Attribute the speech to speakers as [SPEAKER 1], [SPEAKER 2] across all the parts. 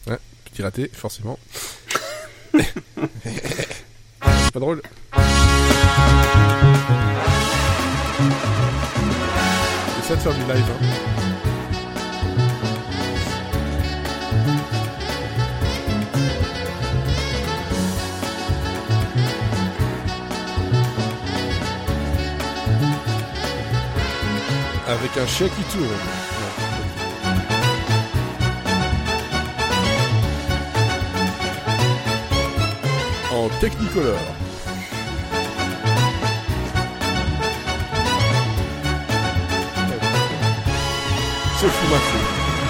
[SPEAKER 1] Ouais, petit raté, forcément. C'est pas drôle. C'est ça de faire du live, hein. Avec un chien qui tourne. En Technicolor. C'est fou ma fou.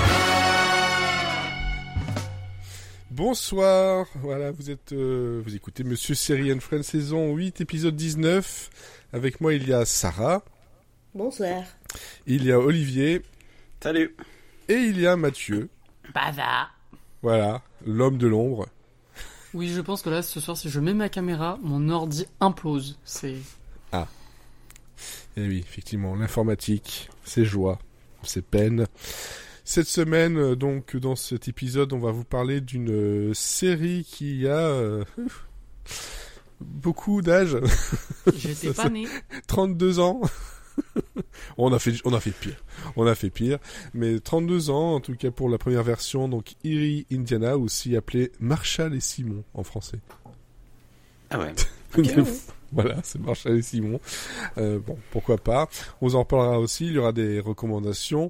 [SPEAKER 1] Bonsoir. Voilà, vous écoutez Monsieur Série and Friends saison 8, épisode 19. Avec moi, il y a Sarah.
[SPEAKER 2] Bonsoir.
[SPEAKER 1] Il y a Olivier.
[SPEAKER 3] Salut.
[SPEAKER 1] Et il y a Mathieu.
[SPEAKER 4] Bava.
[SPEAKER 1] Voilà, l'homme de l'ombre.
[SPEAKER 4] Oui, je pense que là, ce soir, si je mets ma caméra, mon ordi implose.
[SPEAKER 1] Ah. Et oui, effectivement, l'informatique, c'est joie, c'est peine. Cette semaine, donc, dans cet épisode, on va vous parler d'une série qui a beaucoup d'âge.
[SPEAKER 4] J'étais pas né.
[SPEAKER 1] 32 ans. On a fait pire, mais 32 ans en tout cas pour la première version, donc Erie, Indiana, aussi appelé Marshall et Simon en français.
[SPEAKER 3] Ah ouais.
[SPEAKER 2] Okay.
[SPEAKER 1] Voilà, c'est Marshall et Simon. Bon, pourquoi pas. On en reparlera aussi. Il y aura des recommandations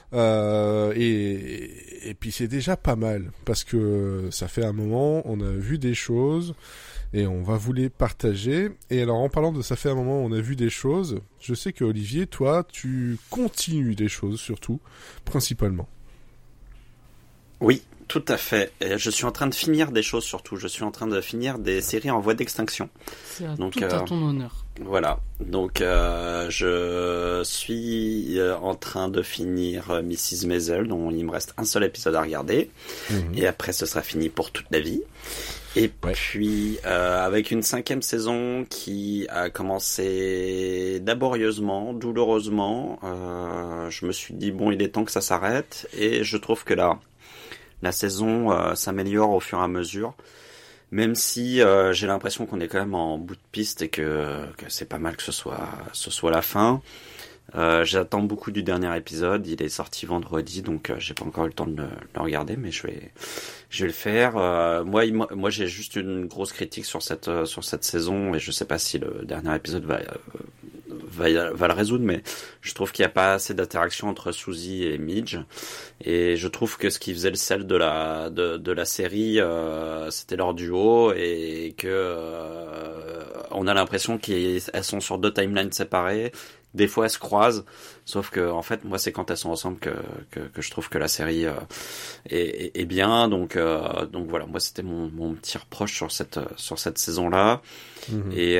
[SPEAKER 1] et puis c'est déjà pas mal parce que ça fait un moment, on a vu des choses. Et on va vous les partager. Et alors, en parlant de ça fait un moment, on a vu des choses. Je sais que Olivier, toi, tu continues des choses, surtout, principalement.
[SPEAKER 3] Oui, tout à fait. Et je suis en train de finir des choses, surtout. Je suis en train de finir des séries en voie d'extinction.
[SPEAKER 4] C'est tout à ton honneur.
[SPEAKER 3] Voilà. Donc, je suis en train de finir Mrs. Maisel, dont il me reste un seul épisode à regarder. Et après, ce sera fini pour toute la vie. Et puis, avec une 5e saison qui a commencé laborieusement, douloureusement, je me suis dit, bon, il est temps que ça s'arrête. Et je trouve que la saison s'améliore au fur et à mesure. Même si j'ai l'impression qu'on est quand même en bout de piste et que c'est pas mal que ce soit la fin. J'attends beaucoup du dernier épisode. Il est sorti vendredi, donc j'ai pas encore eu le temps de le regarder, mais je vais le faire. Moi, j'ai juste une grosse critique sur cette saison, et je sais pas si le dernier épisode va le résoudre, mais je trouve qu'il n'y a pas assez d'interaction entre Suzy et Midge, et je trouve que ce qui faisait le sel de la série, c'était leur duo, et que on a l'impression qu'elles sont sur 2 timelines séparées. Des fois, elles se croisent, sauf que, en fait, moi, c'est quand elles sont ensemble que je trouve que la série est bien. Donc voilà, moi, c'était mon petit reproche sur cette saison-là. Et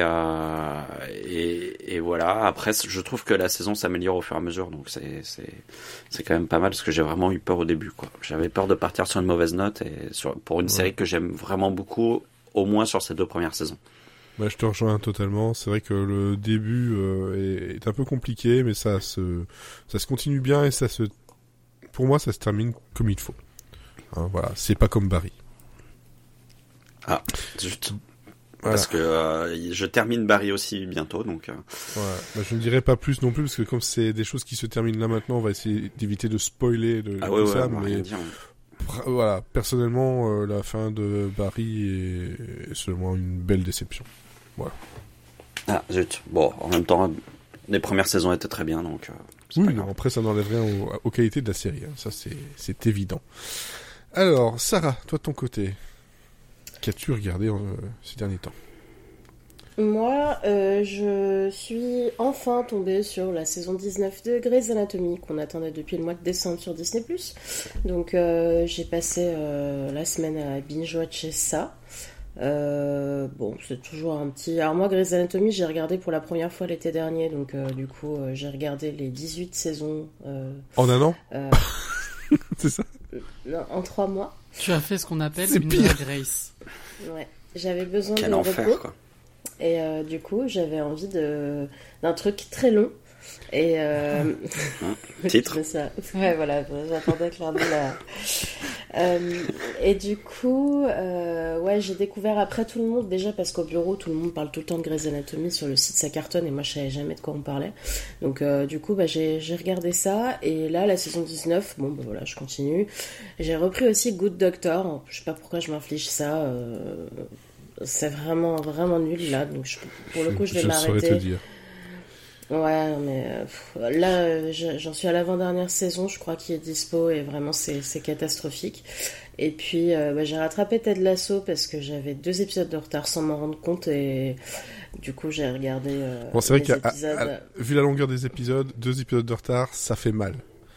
[SPEAKER 3] voilà. Après, je trouve que la saison s'améliore au fur et à mesure, donc c'est quand même pas mal, parce que j'ai vraiment eu peur au début, quoi. J'avais peur de partir sur une mauvaise note, et pour une série que j'aime vraiment beaucoup, au moins sur ces 2 premières saisons.
[SPEAKER 1] Bah, je te rejoins totalement. C'est vrai que le début est un peu compliqué, mais ça se continue bien, et pour moi, ça se termine comme il faut. Hein, voilà, c'est pas comme Barry.
[SPEAKER 3] Ah, zut. Voilà. Parce que je termine Barry aussi bientôt, donc.
[SPEAKER 1] Ouais, bah, je ne dirais pas plus non plus, parce que comme c'est des choses qui se terminent là maintenant, on va essayer d'éviter de spoiler ça, mais voilà, personnellement, la fin de Barry est seulement une belle déception. Voilà.
[SPEAKER 3] Ah, zut. Bon, en même temps, les premières saisons étaient très bien, donc...
[SPEAKER 1] oui, non, après, ça n'enlève rien aux qualités de la série. Hein. Ça, c'est évident. Alors, Sarah, toi, de ton côté, qu'as-tu regardé ces derniers temps ?
[SPEAKER 2] Moi, je suis enfin tombée sur la saison 19 de Grey's Anatomy, qu'on attendait depuis le mois de décembre sur Disney+. Donc, j'ai passé la semaine à binge-watcher ça. Bon, c'est toujours un petit... Alors moi, Grey's Anatomy, j'ai regardé pour la première fois l'été dernier, donc du coup, j'ai regardé les 18 saisons...
[SPEAKER 1] En un an C'est ça?
[SPEAKER 2] Non, en 3 mois.
[SPEAKER 4] Tu as fait ce qu'on appelle
[SPEAKER 1] c'est
[SPEAKER 4] une
[SPEAKER 1] pire.
[SPEAKER 4] Grace.
[SPEAKER 2] Ouais, j'avais besoin
[SPEAKER 3] Quel
[SPEAKER 2] de
[SPEAKER 3] enfer,
[SPEAKER 2] repos.
[SPEAKER 3] quoi.
[SPEAKER 2] Et du coup, j'avais envie d'un truc très long. Et
[SPEAKER 3] Titre.
[SPEAKER 2] ça. Ouais, voilà, j'attendais clairement là. Et du coup, ouais, j'ai découvert après tout le monde, déjà parce qu'au bureau, tout le monde parle tout le temps de Grey's Anatomy, sur le site ça cartonne, et moi je savais jamais de quoi on parlait. Donc du coup, bah, j'ai regardé ça, et là, la saison 19, bon, bah voilà, je continue. J'ai repris aussi Good Doctor, je sais pas pourquoi je m'inflige ça, c'est vraiment, vraiment nul là, donc pour le coup, je vais m'arrêter.
[SPEAKER 1] Je saurais te dire.
[SPEAKER 2] Ouais, mais là, j'en suis à l'avant-dernière saison, je crois, qui est dispo, et vraiment, c'est catastrophique. Et puis, bah, j'ai rattrapé Ted Lasso parce que j'avais 2 épisodes de retard sans m'en rendre compte, et du coup, j'ai regardé
[SPEAKER 1] bon, c'est vrai
[SPEAKER 2] les épisodes.
[SPEAKER 1] Vu la longueur des épisodes, 2 épisodes de retard, ça fait mal.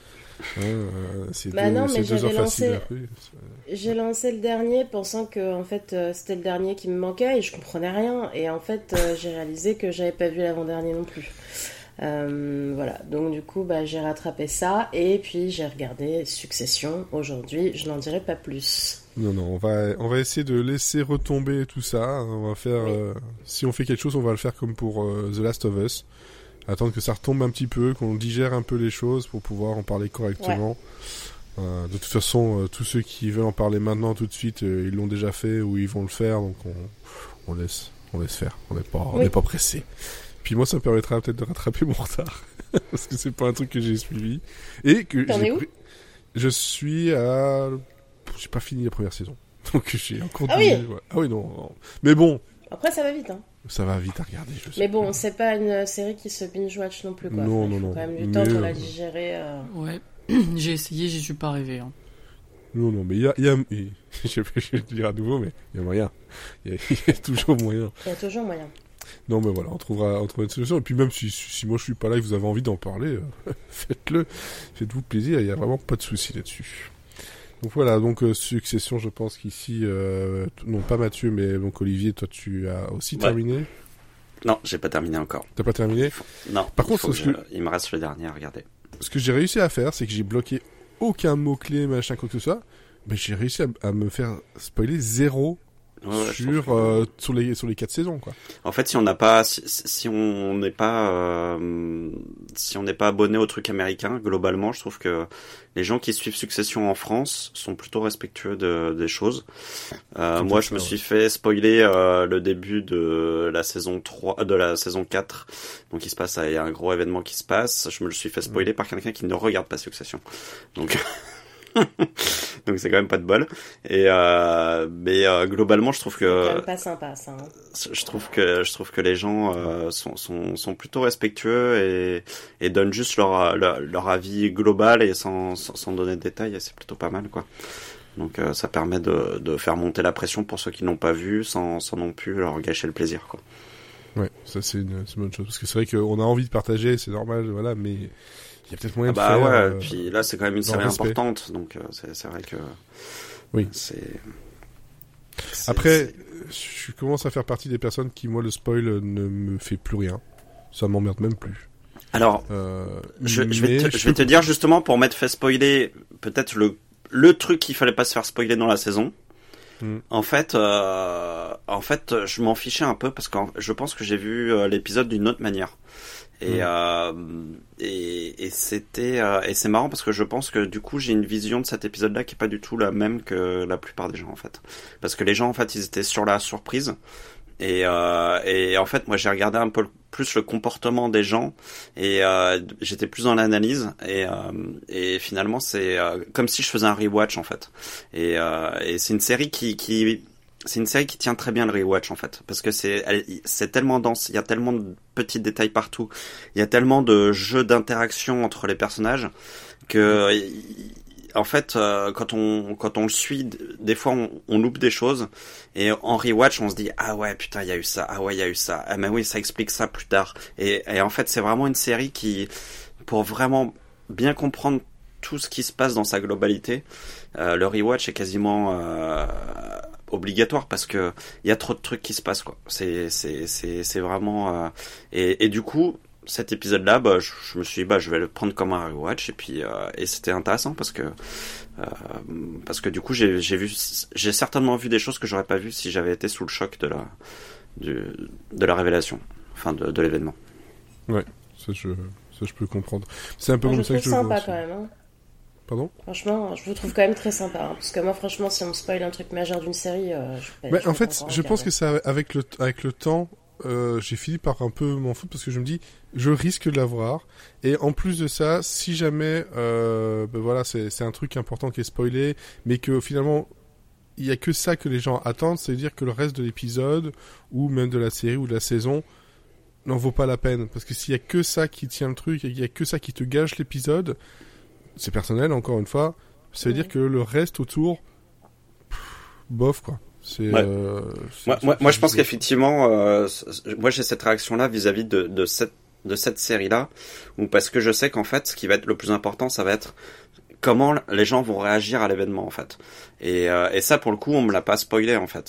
[SPEAKER 1] C'est
[SPEAKER 2] bah non, mais
[SPEAKER 1] deux heures faciles.
[SPEAKER 2] J'ai lancé le dernier pensant que en fait c'était le dernier qui me manquait et je comprenais rien, et en fait j'ai réalisé que j'avais pas vu l'avant-dernier non plus. Voilà, donc du coup bah, j'ai rattrapé ça, et puis j'ai regardé Succession aujourd'hui, je n'en dirai pas plus.
[SPEAKER 1] Non, on va essayer de laisser retomber tout ça. On va faire, si on fait quelque chose, on va le faire comme pour The Last of Us. Attendre que ça retombe un petit peu, qu'on digère un peu les choses pour pouvoir en parler correctement. Ouais. De toute façon, tous ceux qui veulent en parler maintenant tout de suite, ils l'ont déjà fait ou ils vont le faire, donc on laisse faire. On n'est pas pressé. Puis moi, ça me permettra peut-être de rattraper mon retard parce que c'est pas un truc que j'ai suivi et que
[SPEAKER 2] t'en es où ?
[SPEAKER 1] Je suis à, j'ai pas fini la première saison, donc j'ai encore.
[SPEAKER 2] Ah oui.
[SPEAKER 1] Ouais. Ah oui non. Mais bon.
[SPEAKER 2] Après, ça va vite, hein.
[SPEAKER 1] Ça va vite à regarder, je sais.
[SPEAKER 2] Mais bon, c'est pas une série qui se binge-watch non plus, quoi.
[SPEAKER 1] Non.
[SPEAKER 2] Il faut quand même du temps pour la digérer.
[SPEAKER 4] Ouais, j'ai essayé, j'y suis pas arrivé. Hein.
[SPEAKER 1] Non, mais il y a je vais le dire à nouveau, mais il y a moyen. Il y a toujours moyen.
[SPEAKER 2] Il y a toujours moyen.
[SPEAKER 1] Non, mais voilà, on trouvera une solution. Et puis même si moi je suis pas là et que vous avez envie d'en parler, faites-le. Faites-vous plaisir, il y a vraiment pas de souci là-dessus. Donc voilà, donc Succession, je pense qu'ici, non pas Mathieu, mais donc Olivier, toi tu as aussi terminé.
[SPEAKER 3] Non, j'ai pas terminé encore.
[SPEAKER 1] T'as pas terminé ?
[SPEAKER 3] Non.
[SPEAKER 1] Par contre,
[SPEAKER 3] il me reste le dernier à regarder. Ce
[SPEAKER 1] que j'ai réussi à faire, c'est que j'ai bloqué aucun mot-clé, machin, quoi que ce soit. Mais j'ai réussi à me faire spoiler 0 sur les 4 saisons, quoi.
[SPEAKER 3] En fait, si on n'a pas, si on n'est pas abonné au truc américain, globalement, je trouve que les gens qui suivent Succession en France sont plutôt respectueux des choses. Moi, je me suis fait spoiler le début de la saison 3, de la saison 4. Donc, il y a un gros événement qui se passe. Je me le suis fait spoiler par quelqu'un qui ne regarde pas Succession. Donc donc c'est quand même pas de bol. Et mais globalement, je trouve que
[SPEAKER 2] c'est quand même pas sympa ça. Hein.
[SPEAKER 3] Je trouve que les gens sont plutôt respectueux et donnent juste leur avis global et sans donner de détails, et c'est plutôt pas mal, quoi. Donc ça permet de faire monter la pression pour ceux qui n'ont pas vu sans non plus leur gâcher le plaisir, quoi.
[SPEAKER 1] Ouais, ça c'est une bonne chose, parce que c'est vrai qu'on a envie de partager, c'est normal, voilà, mais il y a peut-être moyen de faire.
[SPEAKER 3] Bah ouais, puis là c'est quand même une série importante, donc c'est vrai que
[SPEAKER 1] oui. Après, je commence à faire partie des personnes qui, moi, le spoil ne me fait plus rien. Ça m'emmerde même plus.
[SPEAKER 3] Alors, je vais te dire justement, pour m'être fait spoiler, peut-être le truc qu'il fallait pas se faire spoiler dans la saison. En fait, je m'en fichais un peu parce que je pense que j'ai vu l'épisode d'une autre manière. Et c'est marrant parce que je pense que du coup j'ai une vision de cet épisode-là qui est pas du tout la même que la plupart des gens, en fait. Parce que les gens, en fait, ils étaient sur la surprise. Et en fait, moi j'ai regardé un peu plus le comportement des gens et j'étais plus dans l'analyse et finalement c'est comme si je faisais un rewatch, en fait. Et c'est une série c'est une série qui tient très bien le rewatch, en fait, parce que c'est tellement dense, il y a tellement de petits détails partout, il y a tellement de jeux d'interaction entre les personnages que en fait quand on le suit, des fois on loupe des choses, et en rewatch on se dit ah ouais putain il y a eu ça, ah ouais il y a eu ça, ah mais oui ça explique ça plus tard, et en fait c'est vraiment une série qui, pour vraiment bien comprendre tout ce qui se passe dans sa globalité, le rewatch est quasiment obligatoire, parce que il y a trop de trucs qui se passent, quoi. C'est vraiment et du coup cet épisode là, je me suis dit je vais le prendre comme un rewatch, et puis et c'était intéressant parce que du coup j'ai certainement vu des choses que j'aurais pas vues si j'avais été sous le choc de la révélation, enfin de l'événement.
[SPEAKER 1] Ouais, Ça, je peux comprendre. C'est un peu comme ça que je le vois.
[SPEAKER 2] Je trouve sympa quand même. Hein.
[SPEAKER 1] Pardon ?
[SPEAKER 2] Franchement, je vous trouve quand même très sympa. Hein, parce que moi, franchement, si on me spoil un truc majeur d'une série,
[SPEAKER 1] en fait, je pense que ça, avec le temps, j'ai fini par un peu m'en foutre parce que je me dis, je risque de l'avoir. Et en plus de ça, si jamais, voilà, c'est un truc important qui est spoilé, mais que finalement, il y a que ça que les gens attendent, c'est-à-dire que le reste de l'épisode, ou même de la série ou de la saison, n'en vaut pas la peine. Parce que s'il y a que ça qui tient le truc, et qu'il y a que ça qui te gâche l'épisode, c'est personnel, encore une fois, ça veut dire que le reste autour, bof, quoi.
[SPEAKER 3] Moi, je pense qu'effectivement, moi j'ai cette réaction-là vis-à-vis de cette série-là, ou parce que je sais qu'en fait, ce qui va être le plus important, ça va être comment les gens vont réagir à l'événement, en fait. Et ça, pour le coup, on me l'a pas spoilé, en fait.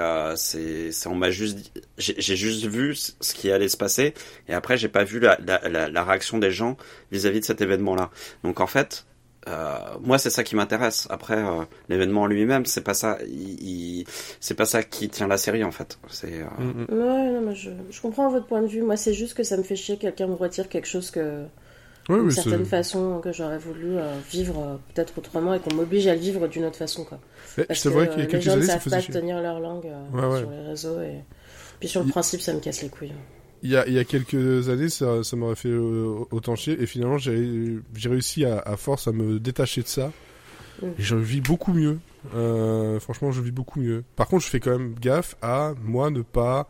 [SPEAKER 3] On m'a juste dit, j'ai juste vu ce qui allait se passer, et après, j'ai pas vu la réaction des gens vis-à-vis de cet événement-là. Donc, en fait, moi, c'est ça qui m'intéresse. Après, l'événement en lui-même, c'est pas ça. C'est pas ça qui tient la série, en fait.
[SPEAKER 2] Ouais, non, mais je comprends votre point de vue. Moi, c'est juste que ça me fait chier que quelqu'un me retire quelque chose que, d'une certaine façon, que j'aurais voulu vivre peut-être autrement et qu'on m'oblige à le vivre d'une autre façon, quoi. Parce
[SPEAKER 1] que qu'il y a quelques
[SPEAKER 2] les gens
[SPEAKER 1] années,
[SPEAKER 2] ne
[SPEAKER 1] ça
[SPEAKER 2] savent
[SPEAKER 1] faisait
[SPEAKER 2] pas
[SPEAKER 1] chier.
[SPEAKER 2] tenir leur langue sur les réseaux. Et puis sur le principe, ça me casse les couilles.
[SPEAKER 1] Il y a quelques années, ça m'aurait fait autant chier, et finalement, j'ai réussi à force à me détacher de ça, et je vis beaucoup mieux. Franchement, je vis beaucoup mieux. Par contre, je fais quand même gaffe à, moi, ne pas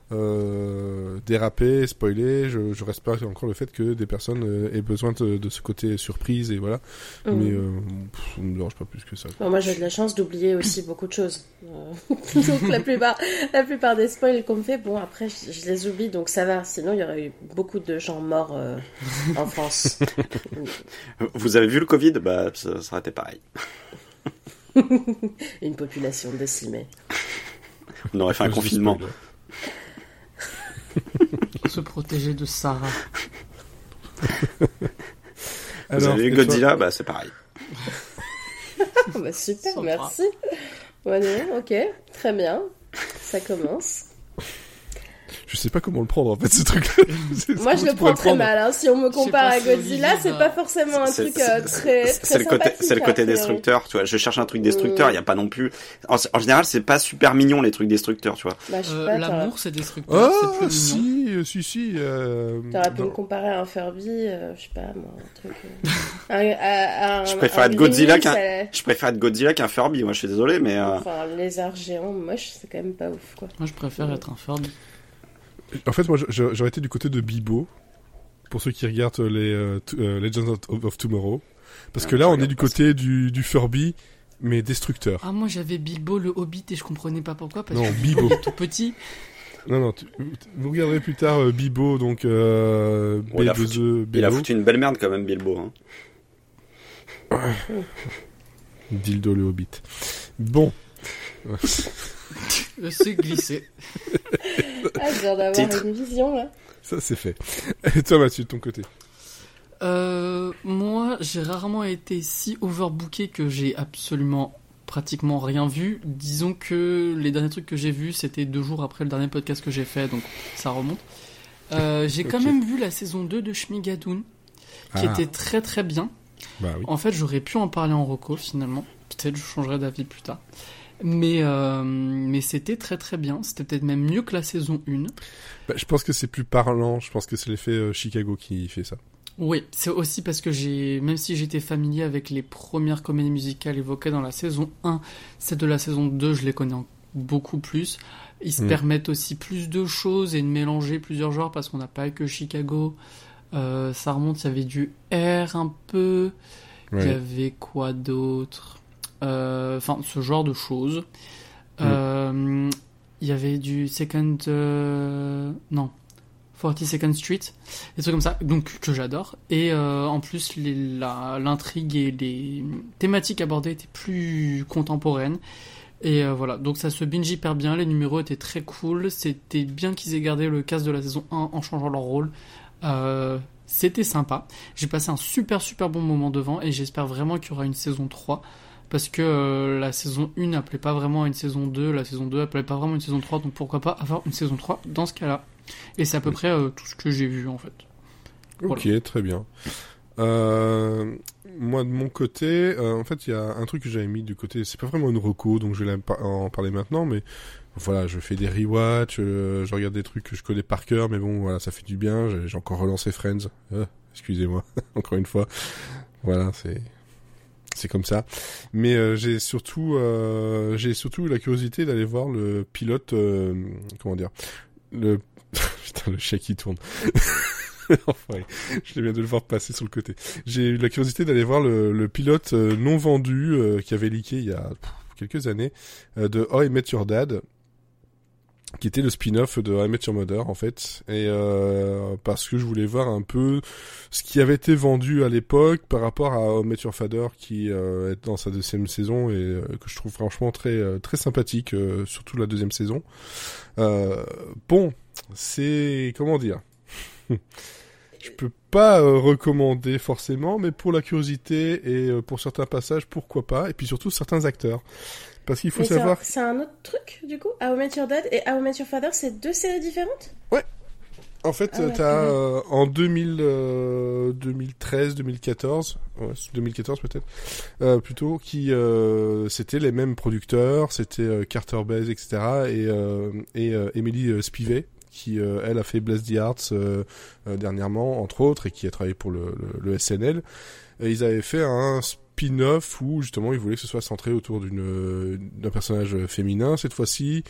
[SPEAKER 1] déraper, spoiler. Je respecte encore le fait que des personnes aient besoin de ce côté surprise, et voilà. Mais ça me dérange pas plus que ça.
[SPEAKER 2] Bon, moi, j'ai de la chance d'oublier aussi beaucoup de choses. Donc, la plupart des spoils qu'on me fait, bon, après, je les oublie, donc ça va. Sinon, il y aurait eu beaucoup de gens morts en France.
[SPEAKER 3] Vous avez vu le Covid ? Bah, ça aurait été pareil.
[SPEAKER 2] Une population décimée.
[SPEAKER 3] On aurait fait un confinement.
[SPEAKER 4] Se protéger de Sarah.
[SPEAKER 3] Vous avez vu Godzilla ? Bah, c'est pareil.
[SPEAKER 2] Bah, super,
[SPEAKER 4] Sympa.
[SPEAKER 2] merci. Ouais, ok, très bien. Ça commence.
[SPEAKER 1] Je sais pas comment le prendre, en fait, ce truc.
[SPEAKER 2] Moi, je le prends très mal. Hein. Si on me compare à Godzilla, c'est pas forcément un truc très sympathique.
[SPEAKER 3] C'est le côté destructeur, tu vois. Je cherche un truc destructeur, il y a pas non plus... En général, c'est pas super mignon, les trucs destructeurs, tu vois.
[SPEAKER 2] Bah, je sais pas,
[SPEAKER 4] l'amour, c'est destructeur, c'est plus mignon.
[SPEAKER 1] si.
[SPEAKER 2] T'aurais pu me comparer à un Furby, je sais pas, moi, un truc...
[SPEAKER 3] Je préfère être Godzilla qu'un Furby, moi, je suis désolé, mais...
[SPEAKER 2] Enfin, un lézard géant moche, c'est quand même pas ouf, quoi.
[SPEAKER 4] Moi, je préfère être un Furby.
[SPEAKER 1] En fait, moi, j'aurais été du côté de Bibo, pour ceux qui regardent les Legends of Tomorrow. Parce que là, on est du côté du Furby, mais destructeur.
[SPEAKER 4] Ah, moi, j'avais Bilbo le Hobbit et je comprenais pas pourquoi. Parce
[SPEAKER 1] Non,
[SPEAKER 4] que
[SPEAKER 1] Bilbo.
[SPEAKER 4] il est tout petit.
[SPEAKER 1] Non, vous regarderez plus tard Bibo, donc
[SPEAKER 3] il a foutu une belle merde quand même, Bilbo. Hein.
[SPEAKER 1] Dildo le Hobbit. Bon.
[SPEAKER 4] C'est glissé.
[SPEAKER 2] Ah, je viens d'avoir une vision, là.
[SPEAKER 1] Ça, c'est fait. Et toi, Mathieu, de ton côté ?
[SPEAKER 4] Moi, j'ai rarement été si overbooké que j'ai absolument pratiquement rien vu. Disons que les derniers trucs que j'ai vus, c'était 2 jours après le dernier podcast que j'ai fait, donc ça remonte. J'ai quand même vu la saison 2 de Shmigadoon, qui était très très bien.
[SPEAKER 1] Bah oui.
[SPEAKER 4] En fait, j'aurais pu en parler en reco, finalement. Peut-être je changerai d'avis plus tard. Mais c'était très très bien. C'était peut-être même mieux que la saison 1.
[SPEAKER 1] Bah, je pense que c'est plus parlant. Je pense que c'est l'effet Chicago qui fait ça.
[SPEAKER 4] Oui, c'est aussi parce que même si j'étais familier avec les premières comédies musicales évoquées dans la saison 1, celles de la saison 2, je les connais beaucoup plus. Ils se permettent aussi plus de choses et de mélanger plusieurs genres parce qu'on n'a pas que Chicago. Ça remonte, il y avait du R un peu. Ouais. Il y avait quoi d'autre ? Enfin, ce genre de choses. Il y avait du 42nd Street, des trucs comme ça, donc que j'adore. Et en plus, l'intrigue et les thématiques abordées étaient plus contemporaines. Et voilà, donc ça se binge hyper bien, les numéros étaient très cool. C'était bien qu'ils aient gardé le cast de la saison 1 en changeant leur rôle. C'était sympa. J'ai passé un super bon moment devant et j'espère vraiment qu'il y aura une saison 3. Parce que la saison 1 n'appelait pas vraiment à une saison 2, la saison 2 n'appelait pas vraiment à une saison 3, donc pourquoi pas avoir une saison 3 dans ce cas-là. Et c'est à peu près tout ce que j'ai vu en fait.
[SPEAKER 1] Ok,
[SPEAKER 4] Voilà.
[SPEAKER 1] très bien. Moi, de mon côté, en fait, il y a un truc que j'avais mis du côté. C'est pas vraiment une reco, donc je vais en parler maintenant, mais voilà, je fais des rewatch, je regarde des trucs que je connais par cœur, mais bon, voilà, ça fait du bien. J'ai encore relancé Friends. Excusez-moi, encore une fois. Voilà, c'est comme ça. Mais j'ai surtout eu la curiosité d'aller voir le pilote. Comment dire, putain, le chat qui tourne. Enfin, je viens de le voir passer sur le côté. J'ai eu la curiosité d'aller voir le pilote non vendu qui avait leaké il y a quelques années de How I Met Your Dad, qui était le spin-off de How I Met Your Mother en fait, et parce que je voulais voir un peu ce qui avait été vendu à l'époque par rapport à How I Met Your Father qui est dans sa deuxième saison et que je trouve franchement très très sympathique, surtout la deuxième saison. Bon, c'est comment dire. Je peux pas recommander forcément, mais pour la curiosité et pour certains passages, pourquoi pas. Et puis surtout certains acteurs. Parce qu'il faut savoir...
[SPEAKER 2] C'est un autre truc, du coup. How I Met Your Dad et How I Met Your Father, c'est deux séries différentes ?
[SPEAKER 1] Ouais. En fait, t'as en 2013, 2014, ouais, 2014 peut-être, plutôt, qui c'était les mêmes producteurs, c'était Carter Base, etc. et Emily Spivey, qui elle a fait Bless the Hearts dernièrement entre autres et qui a travaillé pour le SNL. Et ils avaient fait un spin-off où justement ils voulaient que ce soit centré autour d'un personnage féminin cette fois-ci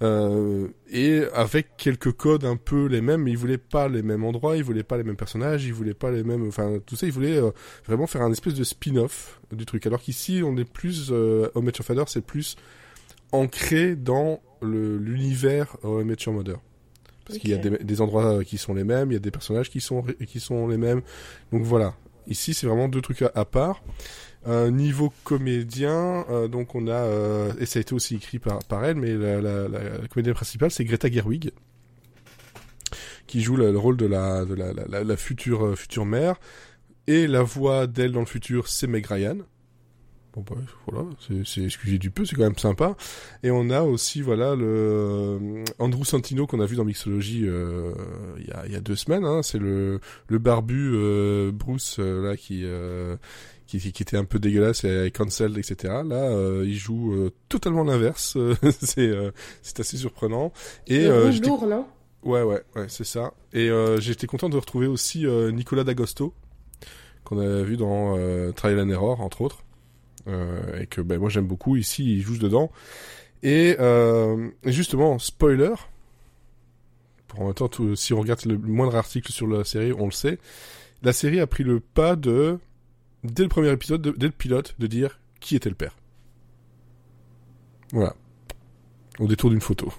[SPEAKER 1] et avec quelques codes un peu les mêmes, mais ils voulaient pas les mêmes endroits, ils voulaient pas les mêmes personnages, ils voulaient pas les mêmes, enfin tout ça, ils voulaient vraiment faire un espèce de spin-off du truc, alors qu'ici on est plus How I Met Your Father, c'est plus ancré dans l'univers How I Met Your Mother. Parce qu'il y a des endroits qui sont les mêmes, il y a des personnages qui sont les mêmes. Donc voilà. Ici, c'est vraiment deux trucs à part. Niveau comédien, donc on a... et ça a été aussi écrit par elle, mais la comédienne principale, c'est Greta Gerwig, qui joue le rôle de la future mère. Et la voix d'elle dans le futur, c'est Meg Ryan. Bon bah voilà, c'est excusez du peu, c'est quand même sympa. Et on a aussi voilà le Andrew Santino qu'on a vu dans Mixology il y a 2 semaines, hein, c'est le barbu Bruce là qui était un peu dégueulasse et cancelled, etc. Là il joue totalement l'inverse. C'est assez surprenant. Et
[SPEAKER 2] lourd, non?
[SPEAKER 1] Ouais, c'est ça. Et j'étais content de retrouver aussi Nicolas D'Agosto qu'on a vu dans Trial and Error entre autres. Et que moi j'aime beaucoup. Ici il joue dedans et justement spoiler, en même temps si on regarde le moindre article sur la série on le sait, la série a pris le pas dès le premier épisode, dès le pilote, de dire qui était le père, voilà, au détour d'une photo.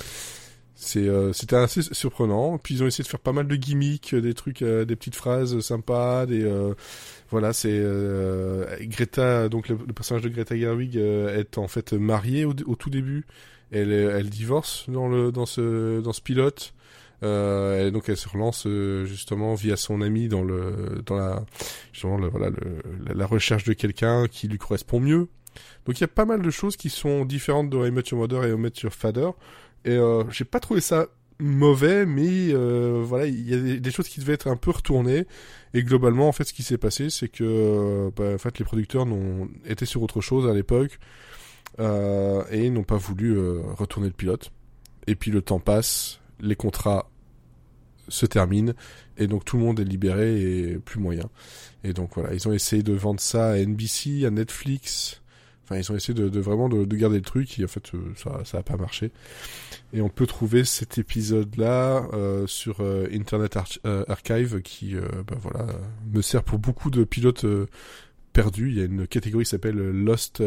[SPEAKER 1] C'était assez surprenant. Puis ils ont essayé de faire pas mal de gimmicks, des trucs, des petites phrases sympas, voilà, c'est Greta, donc le personnage de Greta Gerwig est en fait mariée au tout début. Elle divorce dans ce pilote. Et donc elle se relance justement via son ami dans la recherche de quelqu'un qui lui correspond mieux. Donc il y a pas mal de choses qui sont différentes de How I Met Your Mother et How I Met Your Father. Et j'ai pas trouvé ça mauvais, mais voilà, il y a des choses qui devaient être un peu retournées. Et globalement, en fait, ce qui s'est passé, c'est que en fait, les producteurs étaient sur autre chose à l'époque et n'ont pas voulu retourner le pilote. Et puis le temps passe, les contrats se terminent, et donc tout le monde est libéré et plus moyen. Et donc voilà, ils ont essayé de vendre ça à NBC, à Netflix. Enfin, ils ont essayé de vraiment de garder le truc, et en fait, ça a pas marché. Et on peut trouver cet épisode-là sur Internet Archive, qui, voilà, me sert pour beaucoup de pilotes perdus. Il y a une catégorie qui s'appelle Lost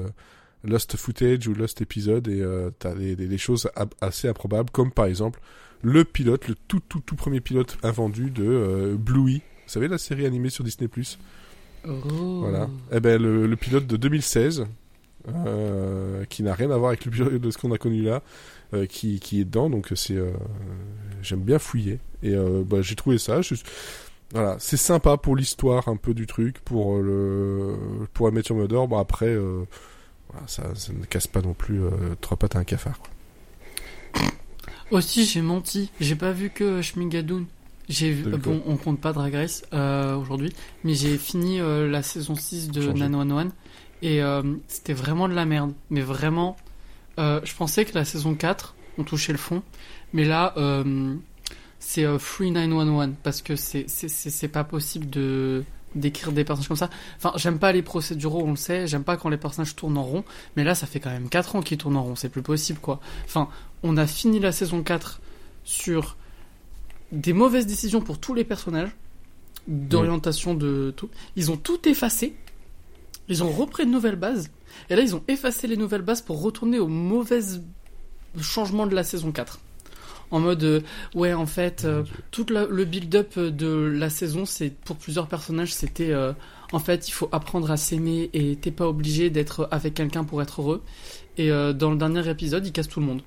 [SPEAKER 1] Footage ou Lost Episode, et t'as des choses assez improbables, comme par exemple le pilote, le tout premier pilote invendu de Bluey. Vous savez, la série animée sur Disney+.
[SPEAKER 4] Oh.
[SPEAKER 1] Voilà. Eh ben le pilote de 2016, qui n'a rien à voir avec le pilote de ce qu'on a connu là, qui est dedans. Donc j'aime bien fouiller. Et j'ai trouvé ça. Voilà, c'est sympa pour l'histoire un peu du truc, pour How I Met Your Mother. Bon après, voilà, ça ne casse pas non plus 3 pattes à un cafard, quoi.
[SPEAKER 4] Aussi, j'ai menti. J'ai pas vu que Shmigadoon. Bon, on compte pas Drag Race aujourd'hui, mais j'ai fini la saison 6 de 911 et c'était vraiment de la merde. Mais vraiment, je pensais que la saison 4, on touchait le fond, mais là, c'est Free 911 parce que c'est pas possible d'écrire des personnages comme ça. Enfin, j'aime pas les procéduraux, on le sait, j'aime pas quand les personnages tournent en rond, mais là, ça fait quand même 4 ans qu'ils tournent en rond, c'est plus possible, quoi. Enfin, on a fini la saison 4 sur des mauvaises décisions pour tous les personnages, d'orientation de tout. Ils ont tout effacé, ils ont repris de nouvelles bases, et là, ils ont effacé les nouvelles bases pour retourner aux mauvais changements de la saison 4. En mode, ouais, en fait, tout le build-up de la saison, c'est pour plusieurs personnages, c'était, en fait, il faut apprendre à s'aimer et t'es pas obligé d'être avec quelqu'un pour être heureux. Et dans le dernier épisode, ils cassent tout le monde.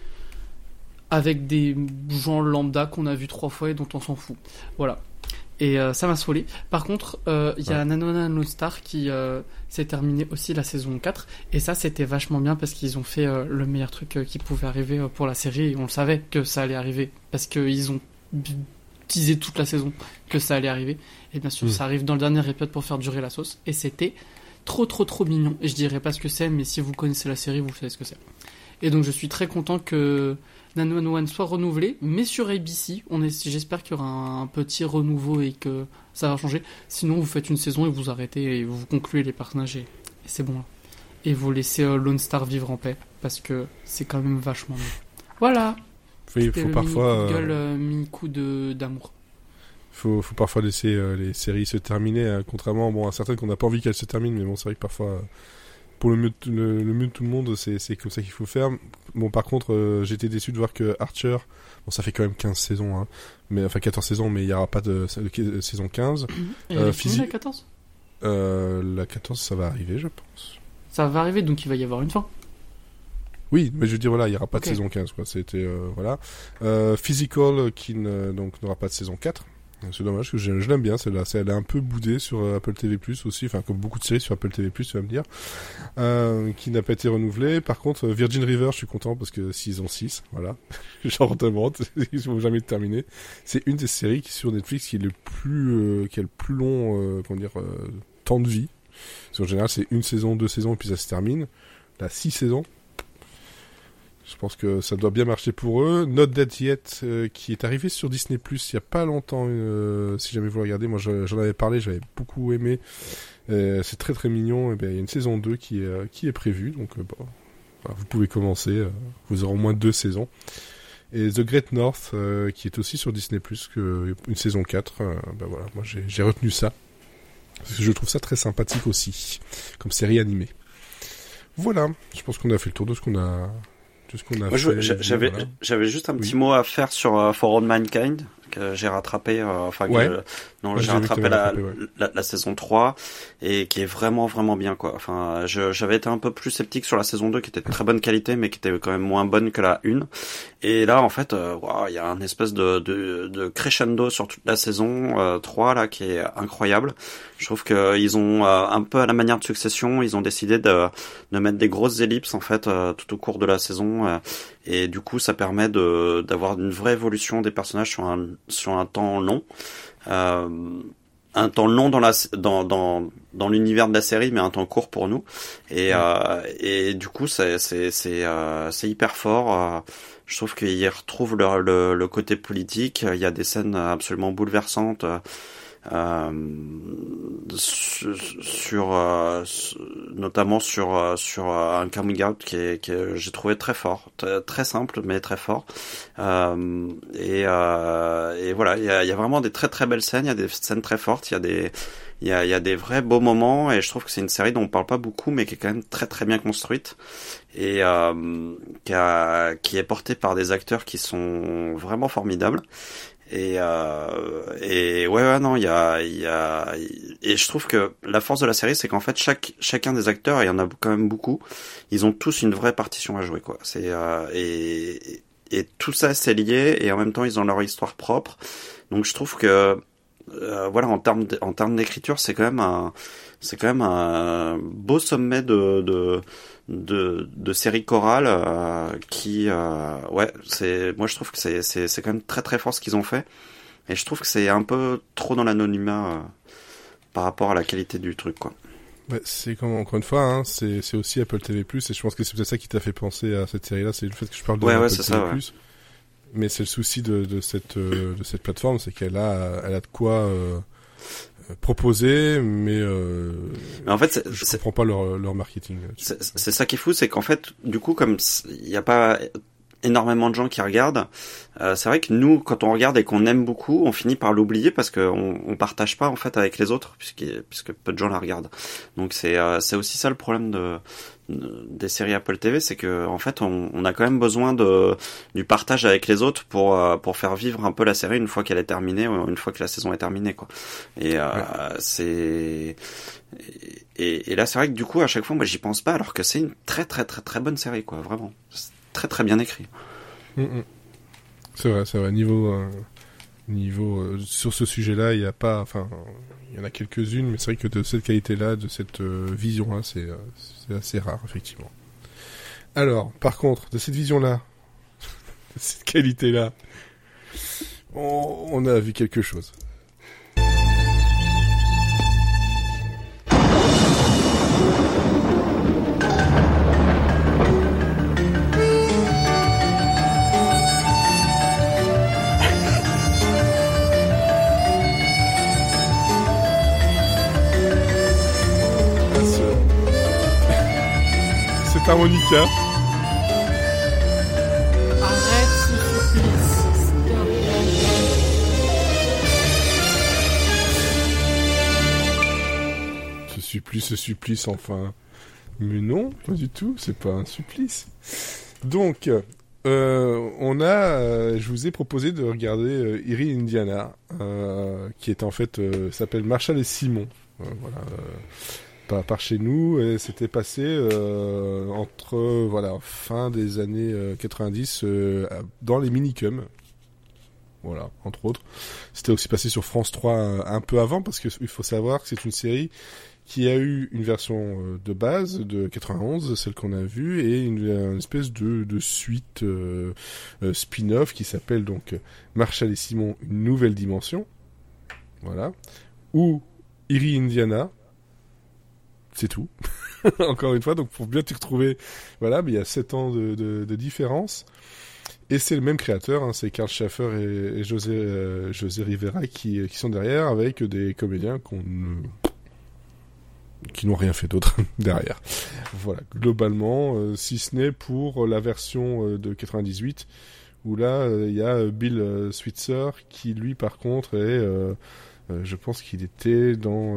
[SPEAKER 4] Avec des gens lambda qu'on a vu 3 fois et dont on s'en fout. Voilà. Et ça m'a saoulé. Par contre, il y a Nanona No Star qui s'est terminé aussi la saison 4. Et ça, c'était vachement bien parce qu'ils ont fait le meilleur truc qui pouvait arriver pour la série. Et on le savait que ça allait arriver. Parce qu'ils ont teasé toute la saison que ça allait arriver. Et bien sûr, ça arrive dans le dernier épisode pour faire durer la sauce. Et c'était trop mignon. Et je dirais pas ce que c'est, mais si vous connaissez la série, vous savez ce que c'est. Et donc, je suis très content que 911 soit renouvelé, mais sur ABC, j'espère qu'il y aura un petit renouveau et que ça va changer. Sinon, vous faites une saison et vous arrêtez et vous concluez les personnages et c'est bon là. Et vous laissez Lone Star vivre en paix parce que c'est quand même vachement bien. Voilà.
[SPEAKER 1] Il faut parfois
[SPEAKER 4] mini-coup d'amour.
[SPEAKER 1] Faut parfois laisser les séries se terminer, contrairement à certaines qu'on n'a pas envie qu'elles se terminent, mais bon, c'est vrai que parfois. Pour le mieux de tout le monde, c'est comme ça qu'il faut faire. Bon, par contre, j'étais déçu de voir que Archer, bon, ça fait quand même 15 saisons, hein, mais, enfin 14 saisons, mais il n'y aura pas de saison 15.
[SPEAKER 4] Et elle est finie, la 14
[SPEAKER 1] La 14, ça va arriver, je pense.
[SPEAKER 4] Ça va arriver, donc il va y avoir une fin.
[SPEAKER 1] Oui, mais je veux dire, voilà, il n'y aura pas de saison 15, quoi. C'était, voilà. Physical, qui n'aura pas de saison 4. C'est dommage, que je l'aime bien celle-là. Elle est un peu boudée sur Apple TV+, aussi, enfin comme beaucoup de séries sur Apple TV+, tu vas me dire, qui n'a pas été renouvelée. Par contre, Virgin River, je suis content parce que saison 6, voilà, genre demande, ils vont jamais le terminer. C'est une des séries qui sur Netflix qui a le plus long, temps de vie. Parce qu'en général, c'est 1 saison, 2 saisons, et puis ça se termine. Là, 6 saisons. Je pense que ça doit bien marcher pour eux. Not Dead Yet, qui est arrivé sur Disney+, il y a pas longtemps, si jamais vous le regardez. Moi, j'en avais parlé, j'avais beaucoup aimé. C'est très mignon. Et bien, il y a une saison 2 qui est prévue. Donc, vous pouvez commencer. Vous aurez au moins 2 saisons. Et The Great North, qui est aussi sur Disney+, une saison 4. Voilà, moi, j'ai retenu ça. Parce que je trouve ça très sympathique aussi, comme série animée. Voilà, je pense qu'on a fait le tour de ce qu'on a...
[SPEAKER 3] Moi, j'avais juste un petit mot à faire sur For All Mankind que j'ai rattrapé j'ai rattrapé la saison 3 et qui est vraiment bien quoi. Enfin, j'avais été un peu plus sceptique sur la saison 2 qui était de très bonne qualité mais qui était quand même moins bonne que la 1. Et là en fait, il y a un espèce de crescendo sur toute la saison 3 là qui est incroyable. Je trouve que ils ont un peu à la manière de Succession, ils ont décidé de mettre des grosses ellipses en fait tout au cours de la saison et du coup ça permet d'avoir une vraie évolution des personnages sur un temps long. Un temps long dans l'univers de la série, mais un temps court pour nous. Et du coup, c'est hyper fort. Je trouve qu'ils retrouvent le côté politique. Il y a des scènes absolument bouleversantes. Notamment sur un coming out que j'ai trouvé très fort, très simple mais très fort. Et voilà, il y a vraiment des très belles scènes, il y a des scènes très fortes, il y a des vrais beaux moments et je trouve que c'est une série dont on parle pas beaucoup mais qui est quand même très bien construite et qui est portée par des acteurs qui sont vraiment formidables. Et non, il y a et je trouve que la force de la série c'est qu'en fait chacun des acteurs, et il y en a quand même beaucoup, ils ont tous une vraie partition à jouer quoi. C'est et tout ça c'est lié et en même temps ils ont leur histoire propre. Donc je trouve que voilà, en termes d'écriture, c'est quand même un beau sommet de série chorale moi je trouve que c'est quand même très fort ce qu'ils ont fait Et je trouve que c'est un peu trop dans l'anonymat par rapport à la qualité du truc, quoi.
[SPEAKER 1] C'est comme, encore une fois, hein, c'est aussi Apple TV+, et je pense que c'est peut-être ça qui t'a fait penser à cette série-là, c'est le fait que je parle de Apple TV+. Ça, ouais. Mais c'est le souci de cette plateforme, c'est qu'elle a de quoi proposer, mais
[SPEAKER 3] en fait,
[SPEAKER 1] je comprends pas leur marketing.
[SPEAKER 3] C'est ça qui est fou, c'est qu'en fait, du coup, comme il n'y a pas énormément de gens qui regardent, c'est vrai que nous, quand on regarde et qu'on aime beaucoup, on finit par l'oublier parce qu'on partage pas en fait avec les autres, puisque peu de gens la regardent. Donc c'est aussi ça le problème des séries Apple TV, c'est que en fait on a quand même besoin du partage avec les autres pour faire vivre un peu la série une fois qu'elle est terminée, ou une fois que la saison est terminée, quoi. Et et là c'est vrai que du coup à chaque fois moi j'y pense pas, alors que c'est une très très très très bonne série, quoi, vraiment. C'est très très bien écrit.
[SPEAKER 1] C'est vrai. Niveau sur ce sujet-là, il y a pas, enfin, il y en a quelques-unes, mais c'est vrai que de cette qualité-là, de cette vision-là, c'est assez rare, effectivement. Alors, par contre, de cette vision-là, de cette qualité-là, on a vu quelque chose. Harmonica.
[SPEAKER 4] Arrête ce
[SPEAKER 1] supplice. Ce supplice, enfin. Mais non, pas du tout, c'est pas un supplice. Donc, je vous ai proposé de regarder Erie Indiana, qui est en fait, s'appelle Marshall et Simon. Voilà. Par chez nous, et c'était passé entre fin des années 90 dans les minicums. Voilà, entre autres. C'était aussi passé sur France 3 un peu avant, parce qu'il faut savoir que c'est une série qui a eu une version de base de 91, celle qu'on a vue, et une espèce de suite spin-off qui s'appelle donc Marshall et Simon, une nouvelle dimension. Voilà. Ou Erie Indiana. C'est tout. Encore une fois, donc pour bien t'y retrouver, voilà, mais il y a 7 ans de différence. Et c'est le même créateur, hein, c'est Karl Schaffer et José Rivera qui sont derrière, avec des comédiens qui n'ont rien fait d'autre derrière. Voilà, globalement, si ce n'est pour la version de 98, où là, il y a Bill Switzer, qui lui, par contre, je pense qu'il était dans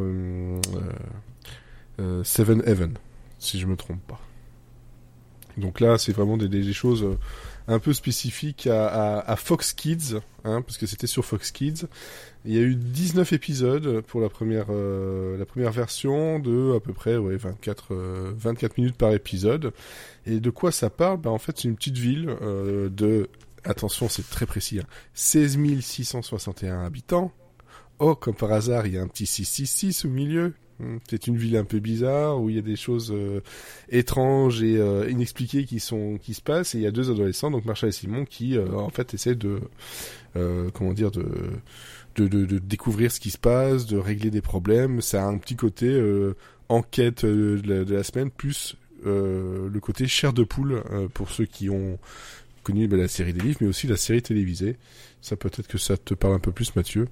[SPEAKER 1] Seven Heaven, si je me trompe pas. Donc là, c'est vraiment des choses un peu spécifiques à Fox Kids, hein, parce que c'était sur Fox Kids. Il y a eu 19 épisodes pour la première version de à peu près 24 minutes par épisode. Et de quoi ça parle ? En fait, c'est une petite ville de, attention, c'est très précis, hein, 16 661 habitants. Oh, comme par hasard, il y a un petit 666 au milieu. C'est une ville un peu bizarre où il y a des choses étranges et inexpliquées qui se passent, et il y a 2 adolescents, donc Marshall et Simon, qui en fait essaient de découvrir ce qui se passe, de régler des problèmes. Ça a un petit côté enquête de la semaine, plus le côté chair de poule pour ceux qui ont connu la série des livres, mais aussi la série télévisée. Ça, peut-être que ça te parle un peu plus, Mathieu.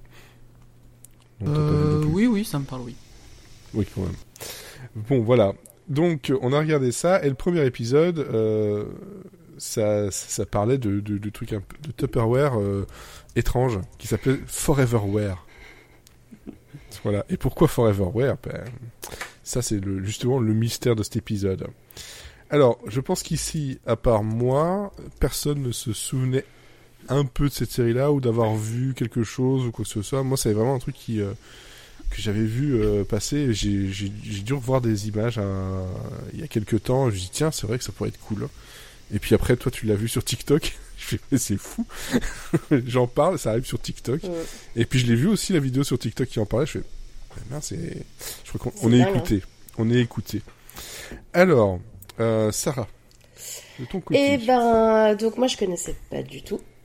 [SPEAKER 4] Oui, ça me parle, oui.
[SPEAKER 1] Oui, quand même. Bon, voilà. Donc, on a regardé ça, et le premier épisode, ça parlait de trucs un peu de Tupperware étrange, qui s'appelait Foreverware. Voilà. Et pourquoi Foreverware ? Ça, c'est justement le mystère de cet épisode. Alors, je pense qu'ici, à part moi, personne ne se souvenait un peu de cette série-là, ou d'avoir vu quelque chose, ou quoi que ce soit. Moi, c'est vraiment un truc que j'avais vu passer. J'ai dû revoir des images il y a quelques temps. Je me dis tiens, c'est vrai que ça pourrait être cool. Et puis après, toi, tu l'as vu sur TikTok. Je fais mais c'est fou. J'en parle, ça arrive sur TikTok. Ouais. Et puis je l'ai vu aussi, la vidéo sur TikTok qui en parlait. Je fais je crois qu'on est écouté. Hein. On est écouté. Alors, Sarah, de ton côté.
[SPEAKER 2] Donc moi je connaissais pas du tout.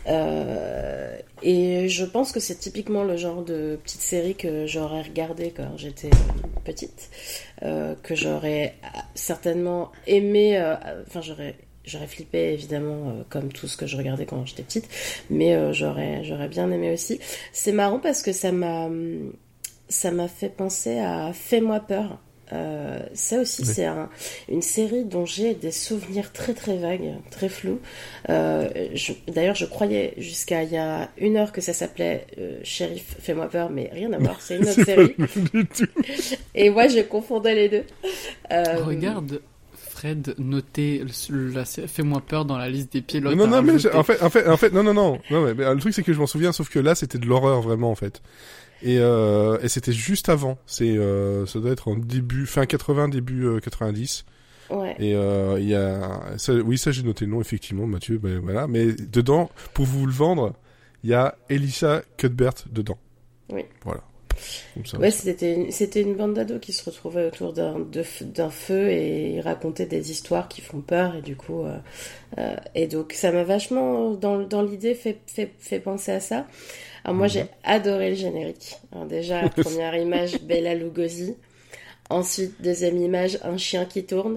[SPEAKER 2] Et je pense que c'est typiquement le genre de petite série que j'aurais regardé quand j'étais petite, que j'aurais certainement aimé, j'aurais flippé évidemment comme tout ce que je regardais quand j'étais petite, mais j'aurais bien aimé aussi. C'est marrant parce que ça m'a fait penser à Fais-moi peur. Ça aussi, oui. C'est une série dont j'ai des souvenirs très très vagues, très flous. D'ailleurs, je croyais jusqu'à il y a 1 heure que ça s'appelait Shérif, Fais-moi peur, mais rien à voir, c'est une autre série. Et moi, je confondais les deux.
[SPEAKER 4] Regarde, Fred, noter Fais-moi peur dans la liste des pilotes.
[SPEAKER 1] Non, mais en fait, non, mais le truc c'est que je m'en souviens, sauf que là, c'était de l'horreur vraiment en fait. Et c'était juste avant. Ça doit être en fin 80, début 90.
[SPEAKER 2] Ouais.
[SPEAKER 1] Et il y a ça j'ai noté le nom effectivement, Mathieu. Ben voilà. Mais dedans, pour vous le vendre, il y a Elisha Cuthbert dedans.
[SPEAKER 2] Oui.
[SPEAKER 1] Voilà. Comme ça,
[SPEAKER 2] ouais, c'était une bande d'ados qui se retrouvaient autour d'un feu et racontaient des histoires qui font peur et du coup et donc ça m'a vachement dans l'idée fait penser à ça. Alors moi j'ai adoré le générique. Alors déjà première image Bela Lugosi, ensuite deuxième image un chien qui tourne.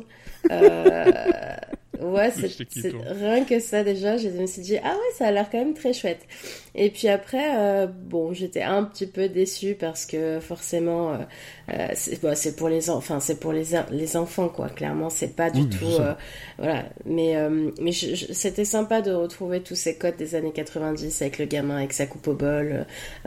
[SPEAKER 2] Ouais, c'est rien que ça déjà, je me suis dit ah ouais, ça a l'air quand même très chouette. Et puis après bon, j'étais un petit peu déçue parce que forcément c'est pour les enfants quoi, clairement c'est pas du tout voilà, mais c'était sympa de retrouver tous ces codes des années 90 avec le gamin avec sa coupe au bol,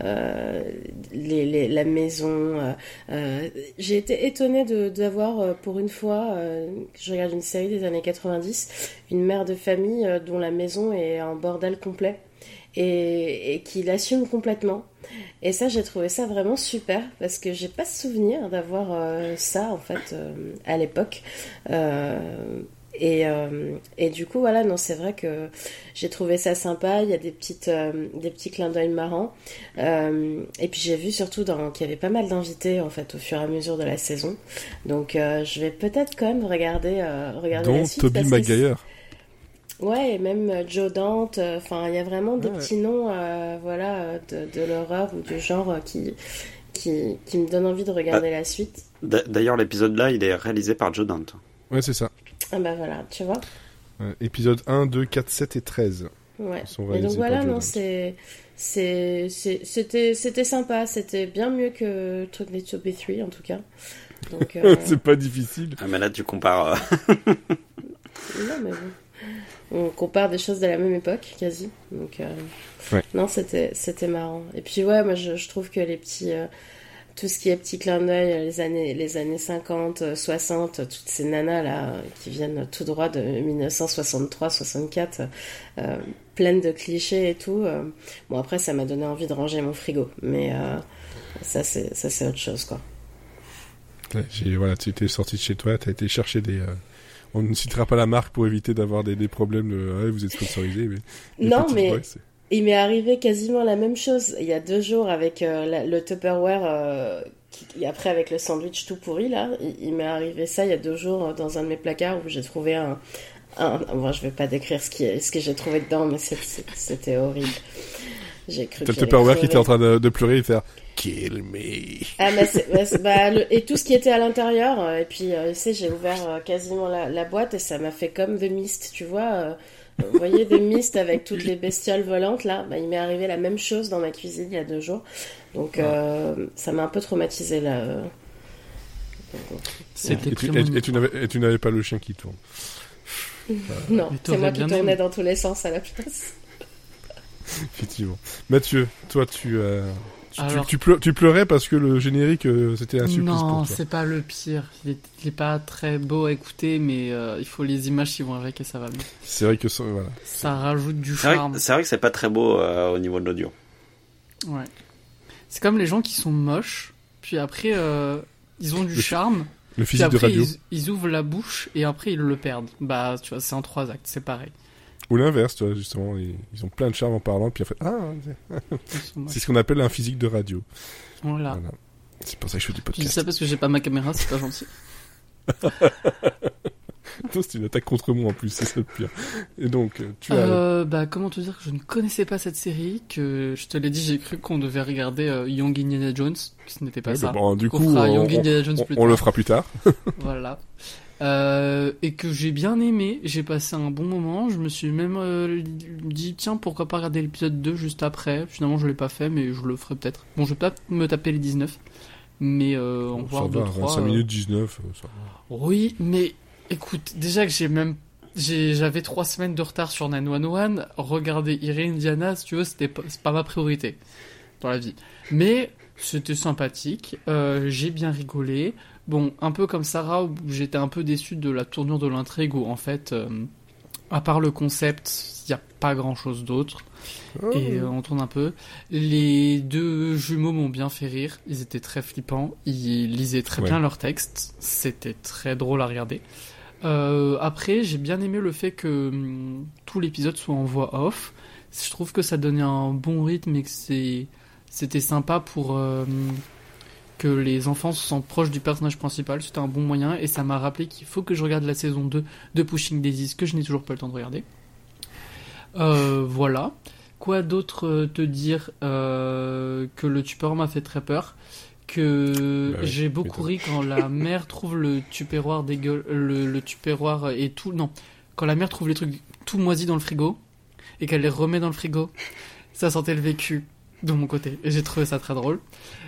[SPEAKER 2] la maison, j'ai été étonnée d'avoir pour une fois je regarde une série des années 90, une mère de famille dont la maison est un bordel complet et qui l'assume complètement. Et ça, j'ai trouvé ça vraiment super parce que j'ai pas souvenir d'avoir ça en fait à l'époque. Et du coup, voilà, non, c'est vrai que j'ai trouvé ça sympa. Il y a des petits clins d'œil marrants. Et puis j'ai vu surtout qu'il y avait pas mal d'invités en fait au fur et à mesure de la saison. Donc je vais peut-être quand même regarder la suite.
[SPEAKER 1] Dont Tobey Maguire.
[SPEAKER 2] Ouais, et même Joe Dante. Enfin, il y a vraiment des petits noms, voilà, de l'horreur ou du genre qui me donnent envie de regarder la suite.
[SPEAKER 3] D'ailleurs, l'épisode là, il est réalisé par Joe Dante.
[SPEAKER 1] Ouais, c'est ça.
[SPEAKER 2] Ah bah voilà, tu vois.
[SPEAKER 1] Épisode 1, 2, 4, 7 et 13.
[SPEAKER 2] Ouais. Et donc voilà, non, c'était sympa, c'était bien mieux que Truc des Tobey 3 en tout cas. Donc,
[SPEAKER 1] c'est pas difficile.
[SPEAKER 3] Ah mais là tu compares.
[SPEAKER 2] Non mais bon. On compare des choses de la même époque, quasi. Donc
[SPEAKER 1] ouais.
[SPEAKER 2] Non, c'était marrant. Et puis ouais, moi je trouve que les petits tout ce qui est petit clin d'œil, les années 50, 60, toutes ces nanas là qui viennent tout droit de 1963-64, pleines de clichés et tout. Bon après ça m'a donné envie de ranger mon frigo, mais ça c'est autre chose quoi.
[SPEAKER 1] Ouais, voilà, tu étais sorti de chez toi, t'as été chercher des. On ne citera pas la marque pour éviter d'avoir des problèmes de vous êtes sponsorisé.
[SPEAKER 2] Non mais. Il m'est arrivé quasiment la même chose il y a 2 jours avec le Tupperware, après avec le sandwich tout pourri là. Il m'est arrivé ça il y a 2 jours dans un de mes placards où j'ai trouvé bon, je vais pas décrire ce que j'ai trouvé dedans, mais c'était horrible. J'ai cru.
[SPEAKER 1] T'as le Tupperware qui était en train de pleurer et faire Kill me.
[SPEAKER 2] Ah et tout ce qui était à l'intérieur. Et puis tu sais, j'ai ouvert quasiment la boîte et ça m'a fait comme The Mist, tu vois. Vous voyez The Mist avec toutes les bestioles volantes là, il m'est arrivé la même chose dans ma cuisine il y a 2 jours. Donc ça m'a un peu traumatisé là.
[SPEAKER 1] Et tu n'avais pas le chien qui tourne.
[SPEAKER 2] Non, c'est moi qui tournais dans tous les sens à la place.
[SPEAKER 1] Effectivement. Mathieu, toi tu pleurais parce que le générique c'était un supplice pour toi.
[SPEAKER 4] Non, c'est pas le pire. Il est pas très beau à écouter, mais il faut les images qui vont avec et ça va bien.
[SPEAKER 1] C'est vrai que voilà.
[SPEAKER 4] Ça rajoute du charme.
[SPEAKER 3] C'est vrai que c'est pas très beau au niveau de l'audio.
[SPEAKER 4] Ouais. C'est comme les gens qui sont moches, puis après ils ont du charme.
[SPEAKER 1] Le physique de radio.
[SPEAKER 4] Ils ouvrent la bouche et après ils le perdent. Bah tu vois, c'est en 3 actes, c'est pareil.
[SPEAKER 1] Ou l'inverse, tu vois, justement, ils ont plein de charme en parlant, puis après, c'est ce qu'on appelle un physique de radio.
[SPEAKER 4] Voilà.
[SPEAKER 1] C'est pour ça que je fais du podcast.
[SPEAKER 4] Je dis ça parce que j'ai pas ma caméra, c'est pas gentil.
[SPEAKER 1] C'est une attaque contre moi en plus, c'est ça le pire. Et donc, tu as...
[SPEAKER 4] Comment te dire que je ne connaissais pas cette série, que je te l'ai dit, j'ai cru qu'on devait regarder Young Indiana Jones, ce n'était pas ça.
[SPEAKER 1] Bon, du coup,
[SPEAKER 4] on fera Young Indiana Jones plus tard.
[SPEAKER 1] On le fera plus tard.
[SPEAKER 4] Voilà. Et que j'ai bien aimé, j'ai passé un bon moment, je me suis même dit tiens pourquoi pas regarder l'épisode 2 juste après, finalement je l'ai pas fait mais je le ferai peut-être. Bon je vais peut-être me taper les 19, mais on va voir 2-3.
[SPEAKER 1] 5 minutes 19, ça va.
[SPEAKER 4] Oui mais écoute, déjà que j'avais 3 semaines de retard sur 911, regarder Irene Indiana si tu veux c'est pas ma priorité dans la vie. Mais c'était sympathique, j'ai bien rigolé. Bon, un peu comme Sarah, où j'étais un peu déçu de la tournure de l'intrigue, où en fait, à part le concept, il n'y a pas grand-chose d'autre. Oh. Et on tourne un peu. Les 2 jumeaux m'ont bien fait rire, ils étaient très flippants, ils lisaient très bien leurs textes, c'était très drôle à regarder. Après, j'ai bien aimé le fait que tout l'épisode soit en voix off. Je trouve que ça donnait un bon rythme et que c'était sympa pour... que les enfants se sentent proches du personnage principal, c'était un bon moyen, et ça m'a rappelé qu'il faut que je regarde la saison 2 de Pushing Daisies, que je n'ai toujours pas le temps de regarder. Voilà. Quoi d'autre te dire que le tupperware m'a fait très peur, que j'ai beaucoup ri quand la mère trouve le tupperware le tupperware et tout... Non, quand la mère trouve les trucs tout moisis dans le frigo, et qu'elle les remet dans le frigo, ça sentait le vécu de mon côté, et j'ai trouvé ça très drôle.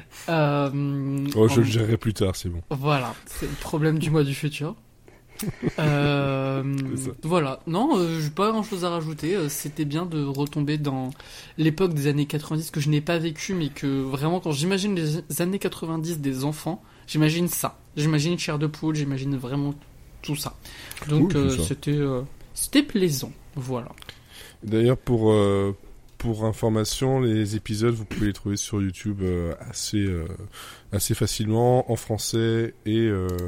[SPEAKER 1] Je le gérerai plus tard, c'est bon.
[SPEAKER 4] Voilà, c'est le problème du mois du futur. Voilà, non, j'ai pas grand chose à rajouter. C'était bien de retomber dans l'époque des années 90 que je n'ai pas vécu, mais que vraiment, quand j'imagine les années 90 des enfants, j'imagine ça. J'imagine Chair de poule, j'imagine vraiment tout ça. Donc c'était plaisant, voilà.
[SPEAKER 1] D'ailleurs, pour information, les épisodes, vous pouvez les trouver sur YouTube assez facilement, en français et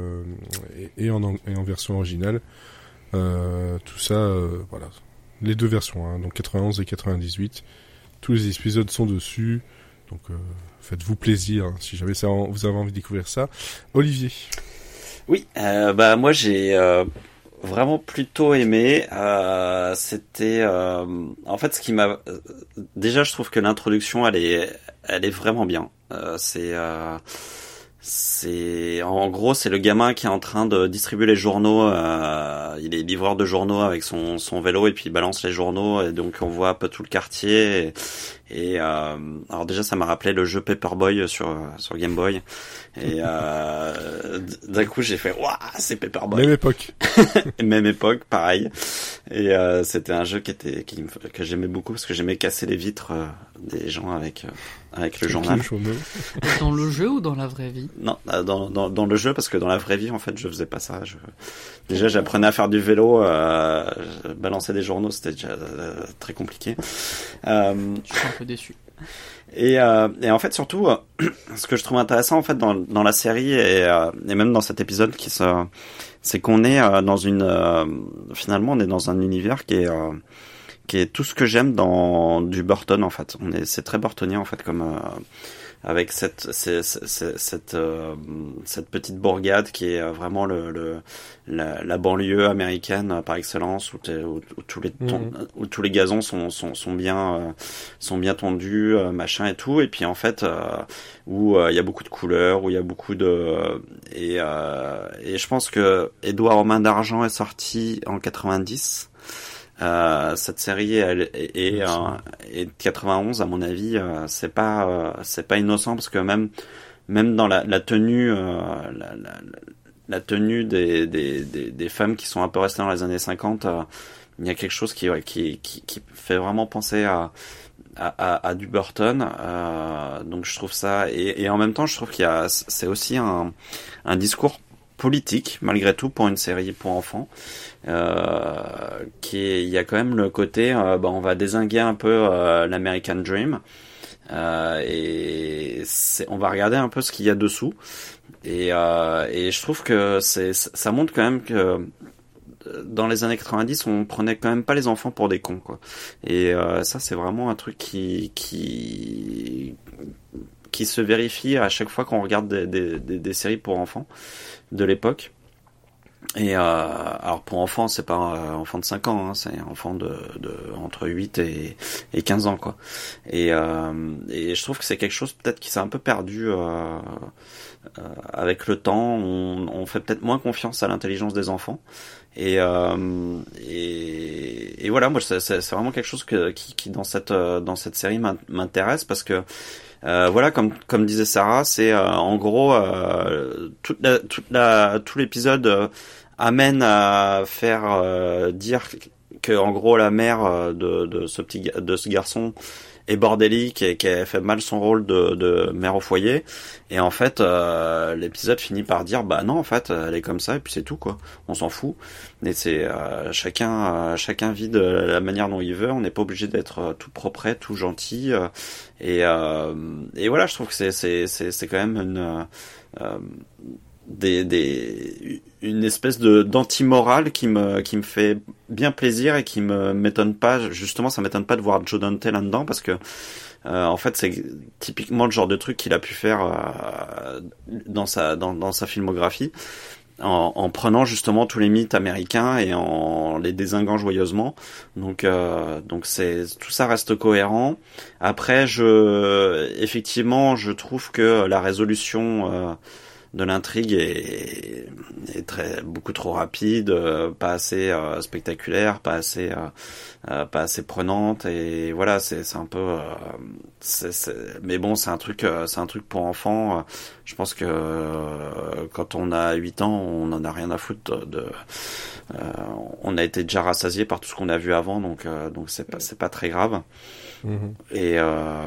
[SPEAKER 1] en version originale. Tout ça, voilà. Les 2 versions, hein, donc 91 et 98. Tous les épisodes sont dessus. Donc, faites-vous plaisir, hein, si jamais vous avez envie de découvrir ça. Olivier.
[SPEAKER 3] Oui, moi j'ai... vraiment plutôt aimé. C'était en fait ce qui m'a déjà, je trouve que l'introduction elle est vraiment bien. C'est en gros c'est le gamin qui est en train de distribuer les journaux. Il est livreur de journaux avec son vélo et puis il balance les journaux et donc on voit un peu tout le quartier. Et alors déjà ça m'a rappelé le jeu Paperboy sur Game Boy. Et d'un coup j'ai fait waouh, c'est Paperboy.
[SPEAKER 1] Même époque.
[SPEAKER 3] Même époque, pareil. Et c'était un jeu que j'aimais beaucoup parce que j'aimais casser les vitres des gens avec le journal.
[SPEAKER 4] Dans le jeu ou dans la vraie vie?
[SPEAKER 3] Non, dans le jeu, parce que dans la vraie vie en fait je faisais pas ça. Déjà j'apprenais à faire du vélo, balancer des journaux, c'était déjà très compliqué.
[SPEAKER 4] Je suis un peu déçu.
[SPEAKER 3] Et en fait surtout ce que je trouve intéressant en fait dans la série et même dans cet épisode c'est qu'on est finalement on est dans un univers qui est tout ce que j'aime dans du Burton en fait. C'est très burtonien en fait comme avec cette petite bourgade qui est vraiment la banlieue américaine par excellence où tous les gazons sont bien tondus, machin et tout, et puis en fait où il y a beaucoup de couleurs, où il y a beaucoup de et je pense que Édouard aux mains d'argent est sorti en 90. Cette série est de 91 à mon avis. C'est pas innocent parce que même dans la tenue la tenue des femmes qui sont un peu restées dans les années 50, il y a quelque chose qui fait vraiment penser à du Burton. Donc je trouve ça et en même temps je trouve c'est aussi un discours politique malgré tout pour une série pour enfants. Il y a quand même le côté on va dézinguer un peu l'American Dream et on va regarder un peu ce qu'il y a dessous et je trouve que ça montre quand même que dans les années 90 on prenait quand même pas les enfants pour des cons quoi, et ça c'est vraiment un truc qui se vérifie à chaque fois qu'on regarde des séries pour enfants de l'époque. Et alors pour enfants, c'est pas enfant de 5 ans, hein, c'est enfant de entre 8 et 15 ans quoi. Et je trouve que c'est quelque chose peut-être qui s'est un peu perdu avec le temps. On fait peut-être moins confiance à l'intelligence des enfants. Et voilà, moi c'est vraiment quelque chose qui dans cette série m'intéresse parce que voilà, comme disait Sarah, c'est en gros tout l'épisode amène à faire dire que en gros la mère de ce garçon est bordélique et qu'elle fait mal son rôle de mère au foyer, et en fait l'épisode finit par dire bah non, en fait elle est comme ça et puis c'est tout quoi, on s'en fout. Et c'est chacun vit de la manière dont il veut, on n'est pas obligé d'être tout propre, tout gentil, et voilà, je trouve que c'est quand même une espèce d'anti-morale qui me fait bien plaisir et qui m'étonne pas. Justement, ça m'étonne pas de voir Joe Dante là-dedans parce que en fait c'est typiquement le genre de truc qu'il a pu faire dans sa filmographie, en prenant justement tous les mythes américains et en les dézinguant joyeusement. Donc tout ça reste cohérent. Après effectivement je trouve que la résolution de l'intrigue est beaucoup trop rapide, pas assez spectaculaire, pas assez prenante, et voilà, c'est un peu mais bon, c'est un truc pour enfants. Je pense que quand on a 8 ans, on en a rien à foutre on a été déjà rassasié par tout ce qu'on a vu avant, donc c'est pas très grave. Et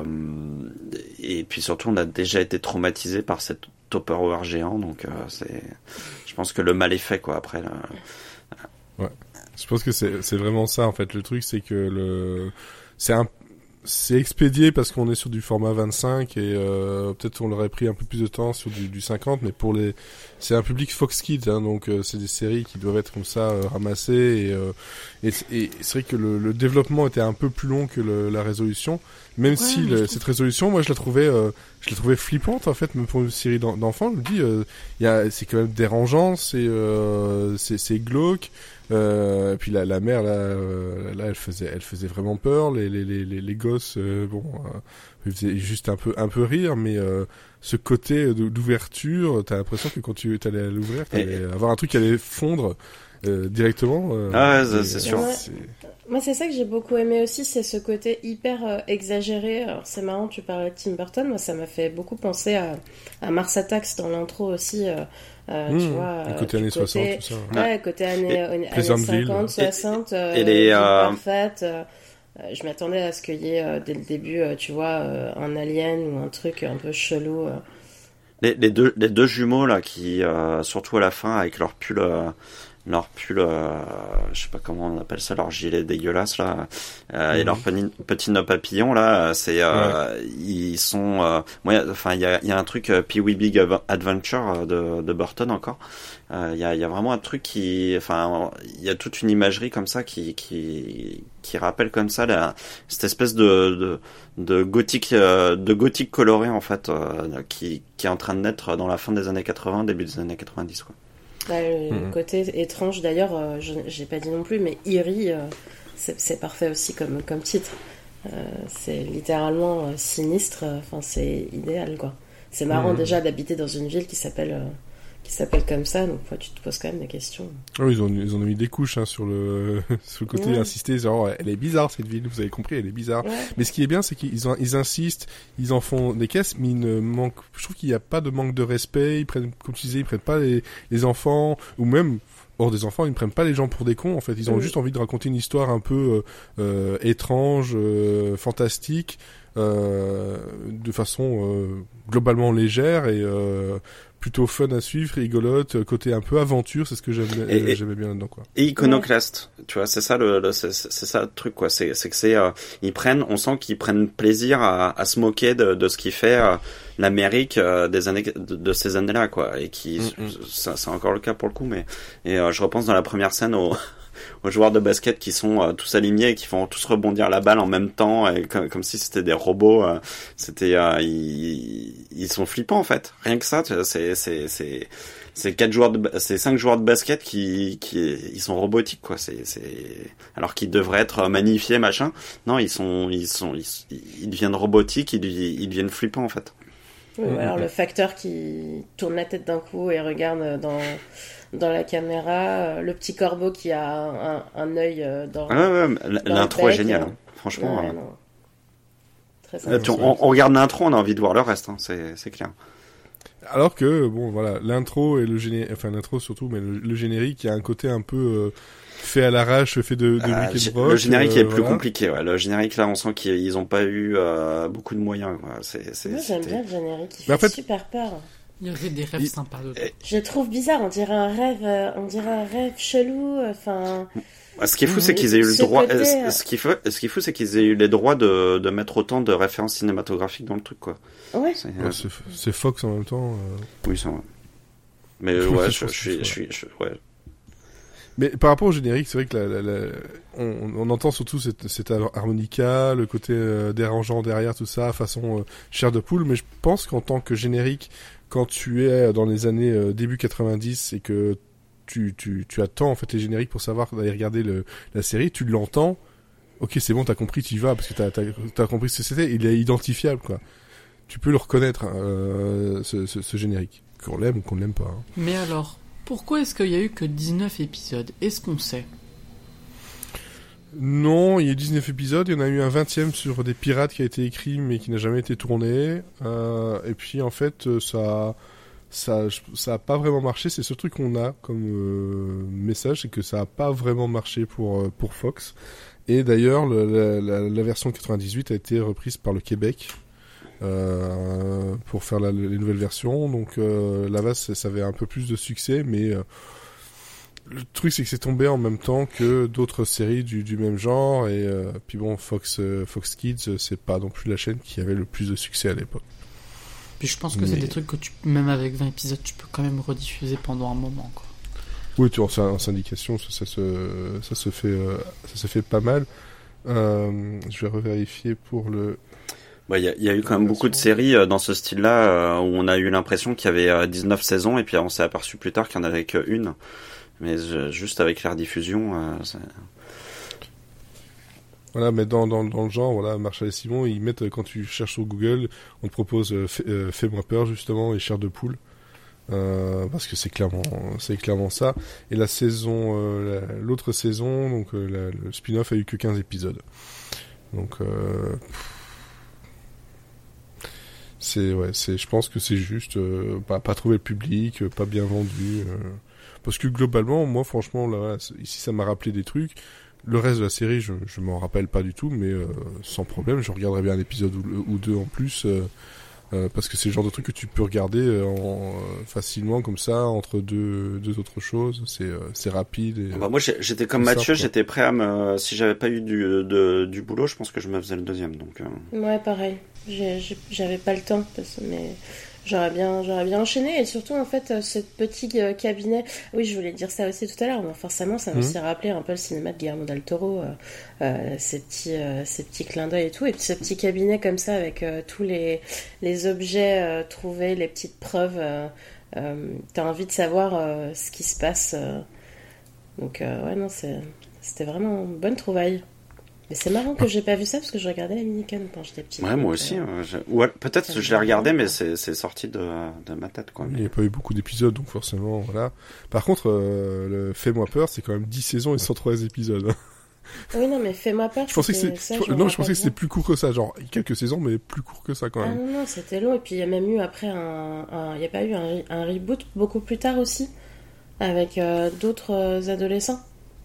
[SPEAKER 3] puis surtout on a déjà été traumatisé par cette Tupperware géant, donc je pense que le mal est fait quoi après là.
[SPEAKER 1] Ouais, je pense que c'est vraiment ça en fait. Le truc c'est que c'est expédié parce qu'on est sur du format 25 et peut-être on l'aurait pris un peu plus de temps sur du 50, mais c'est un public Fox Kids, hein, donc c'est des séries qui doivent être comme ça ramassées, et c'est vrai que le développement était un peu plus long que la résolution, même si cette résolution, moi je la trouvais flippante en fait, même pour une série d'enfants. Je me dis c'est quand même dérangeant, c'est glauque. Et puis la mère là elle faisait vraiment peur, les gosses ils faisaient juste un peu rire, mais ce côté d'ouverture, t'as l'impression que quand tu allais l'ouvrir, t'allais avoir un truc qui allait fondre directement.
[SPEAKER 3] C'est sûr.
[SPEAKER 2] Moi, c'est ça que j'ai beaucoup aimé aussi, c'est ce côté hyper exagéré. Alors, c'est marrant, tu parlais de Tim Burton, moi, ça m'a fait beaucoup penser à Mars Attacks dans l'intro aussi. Tu vois,
[SPEAKER 1] le côté années 60, tout ça.
[SPEAKER 2] Ouais, côté années 50, 60,
[SPEAKER 3] et les
[SPEAKER 2] parfaite. Je m'attendais à ce qu'il y ait dès le début, tu vois, un alien ou un truc un peu chelou.
[SPEAKER 3] Les deux jumeaux là qui surtout à la fin avec leur pull je sais pas comment on appelle ça, leur gilet dégueulasse là, et leur petit nœud papillon là, c'est ils sont enfin il y a un truc Pee-wee Big Adventure de Burton encore. Il y a vraiment un truc il y a toute une imagerie comme ça qui rappelle comme ça cette espèce de gothique coloré en fait, qui est en train de naître dans la fin des années 80, début des années 90 quoi.
[SPEAKER 2] Le côté étrange d'ailleurs, j'ai pas dit non plus, mais Eerie, c'est parfait aussi comme titre. C'est littéralement sinistre, c'est idéal quoi. C'est marrant déjà d'habiter dans une ville qui s'appelle comme ça, donc tu te poses quand même des questions.
[SPEAKER 1] Oui, ils ont mis des couches sur le côté insisté, genre elle est bizarre cette ville, vous avez compris, elle est bizarre. Ouais. Mais ce qui est bien, c'est qu'ils insistent, ils en font des caisses, mais je trouve qu'il n'y a pas de manque de respect. Ils prennent, comme tu disais, ils prennent pas les enfants, ou même hors des enfants, ils ne prennent pas les gens pour des cons. En fait, ils ont juste envie de raconter une histoire un peu étrange, fantastique, de façon globalement légère et plutôt fun à suivre, rigolote, côté un peu aventure, c'est ce que j'aimais bien là-dedans quoi.
[SPEAKER 3] Et iconoclaste, tu vois, c'est ça c'est ça le truc quoi, c'est que on sent qu'ils prennent plaisir à se moquer de ce qui fait l'Amérique des années de ces années-là quoi, et c'est encore le cas pour le coup, mais je repense dans la première scène aux joueurs de basket qui sont tous alignés et qui font tous rebondir la balle en même temps, et comme si c'était des robots. Ils sont flippants en fait. Rien que ça, c'est 5 joueurs de basket qui ils sont robotiques, quoi. Alors qu'ils devraient être magnifiés, machin. Non, ils deviennent robotiques, ils deviennent flippants, en fait.
[SPEAKER 2] Oui, alors le facteur qui tourne la tête d'un coup et regarde dans la caméra, le petit corbeau qui a un œil dans
[SPEAKER 3] l'intro est géniale, hein. Franchement. Très on regarde l'intro, on a envie de voir le reste, hein. C'est clair.
[SPEAKER 1] Alors que, bon, voilà, l'intro et le générique, enfin l'intro surtout, mais le générique, il y a un côté un peu fait à l'arrache, fait de briques et de broc.
[SPEAKER 3] Le générique est plus compliqué, ouais. Le générique, là, on sent qu'ils ont pas eu beaucoup de moyens, quoi.
[SPEAKER 2] Moi, j'aime bien le générique, il fait super peur.
[SPEAKER 4] Il y avait des rêves sympas dedans.
[SPEAKER 2] Je le trouve bizarre, on dirait un rêve chelou, enfin...
[SPEAKER 3] Ce qui est fou, c'est qu'ils aient eu le droit. Ce qui est fou, c'est qu'ils aient eu les droits de mettre autant de références cinématographiques dans le truc, quoi.
[SPEAKER 2] Ouais.
[SPEAKER 1] C'est Fox en même temps.
[SPEAKER 3] Oui, c'est vrai. Mais ouais, je suis. Ouais.
[SPEAKER 1] Mais par rapport au générique, c'est vrai que on entend surtout cette harmonica, le côté dérangeant derrière tout ça, façon chair de poule. Mais je pense qu'en tant que générique, quand tu es dans les années début 90 et que tu attends en fait les génériques pour savoir d'aller regarder la série, tu l'entends, ok c'est bon, t'as compris, tu y vas parce que t'as compris ce que c'était, il est identifiable, quoi. Tu peux le reconnaître, ce générique, qu'on l'aime ou qu'on l'aime pas, hein.
[SPEAKER 4] Mais alors, pourquoi est-ce qu'il y a eu que 19 épisodes? Est-ce qu'on sait?
[SPEAKER 1] Non, il y a eu 19 épisodes, il y en a eu un 20e sur des pirates qui a été écrit mais qui n'a jamais été tourné, et puis en fait ça a pas vraiment marché. C'est ce truc qu'on a comme message, c'est que ça a pas vraiment marché pour Fox. Et d'ailleurs la version 98 a été reprise par le Québec pour faire les nouvelles versions. Donc là-bas ça avait un peu plus de succès, mais le truc c'est que c'est tombé en même temps que d'autres séries du même genre, et puis bon, Fox Kids, c'est pas non plus la chaîne qui avait le plus de succès à l'époque.
[SPEAKER 4] Puis je pense que c'est des trucs que même avec 20 épisodes, tu peux quand même rediffuser pendant un moment, quoi.
[SPEAKER 1] Oui, en syndication, ça se fait pas mal. Je vais revérifier pour le...
[SPEAKER 3] Il y a eu quand même beaucoup de séries dans ce style-là, où on a eu l'impression qu'il y avait 19 saisons, et puis on s'est aperçu plus tard qu'il n'y en avait qu'une. Mais juste avec la rediffusion,
[SPEAKER 1] Voilà, mais dans le genre, voilà, Marshall et Simon, ils mettent, quand tu cherches sur Google, on te propose Fais-moi peur, justement, et Chair de poule. Parce que c'est clairement ça. Et la saison, l'autre saison, donc le spin-off a eu que 15 épisodes. Donc, je pense que c'est juste pas trouver le public, pas bien vendu. Parce que globalement, moi, franchement, là, ici, ça m'a rappelé des trucs. Le reste de la série, je m'en rappelle pas du tout, mais sans problème, je regarderai bien un épisode ou deux en plus, parce que c'est le genre de truc que tu peux regarder facilement comme ça, entre deux autres choses. C'est rapide. Et,
[SPEAKER 3] moi, j'étais comme Mathieu, j'étais prêt à si j'avais pas eu du boulot, je pense que je me faisais le deuxième. Donc,
[SPEAKER 2] Ouais, pareil. J'avais pas le temps, mais j'aurais bien enchaîné. Et surtout, en fait, ce petit cabinet... Oui, je voulais dire ça aussi tout à l'heure, mais forcément, ça m'a aussi rappelé un peu le cinéma de Guillermo del Toro, ces petits clins d'œil et tout. Et puis ce petit cabinet comme ça, avec tous les objets trouvés, les petites preuves. T'as envie de savoir ce qui se passe. Donc, ouais, non, c'était vraiment une bonne trouvaille. Mais c'est marrant que j'ai pas vu ça, parce que je regardais la Mini-Can quand j'étais petite.
[SPEAKER 3] Ouais, moi aussi. Peut-être que je l'ai regardé, mais c'est sorti de ma tête, quoi.
[SPEAKER 1] Il n'y a pas eu beaucoup d'épisodes, donc forcément, voilà. Par contre, le Fais-moi peur, c'est quand même 10 saisons et 103 épisodes.
[SPEAKER 2] Oui, non, mais Fais-moi peur,
[SPEAKER 1] je pensais que c'était plus court que ça, genre quelques saisons, mais plus court que ça quand même.
[SPEAKER 2] Ah non, c'était long, et puis il y a même eu après il n'y a pas eu un reboot beaucoup plus tard aussi, avec d'autres adolescents.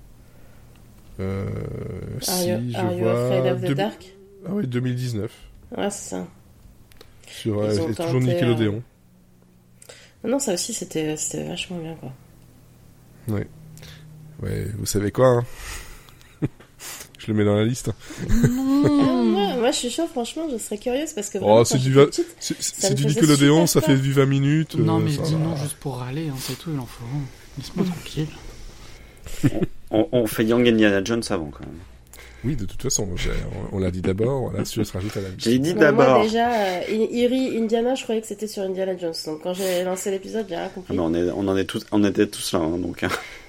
[SPEAKER 1] Are you
[SPEAKER 2] afraid of the dark?
[SPEAKER 1] Ah oui, 2019.
[SPEAKER 2] Ouais, c'est ça.
[SPEAKER 1] Sur toujours Nickelodeon.
[SPEAKER 2] Non, ça aussi, c'était vachement bien, quoi.
[SPEAKER 1] Ouais. Ouais, vous savez quoi, hein. Je le mets dans la liste.
[SPEAKER 2] Moi, je suis chaud, franchement, je serais curieuse, parce que vraiment,
[SPEAKER 1] c'est du Nickelodeon, ça fait du 20 minutes.
[SPEAKER 4] Non, mais dis non juste pour râler, hein, c'est tout, il en faut. Laisse-moi tranquille.
[SPEAKER 3] On fait Young Indiana Jones avant, quand même.
[SPEAKER 1] Oui, de toute façon, on l'a dit d'abord, voilà, celui-là se rajoute à la liste.
[SPEAKER 3] J'ai dit
[SPEAKER 2] Non,
[SPEAKER 3] d'abord.
[SPEAKER 2] moi déjà, Eerie, Indiana, je croyais que c'était sur Indiana Jones. Donc quand j'ai lancé l'épisode, j'ai rien compris.
[SPEAKER 3] Ah, mais on était tous là, hein, donc.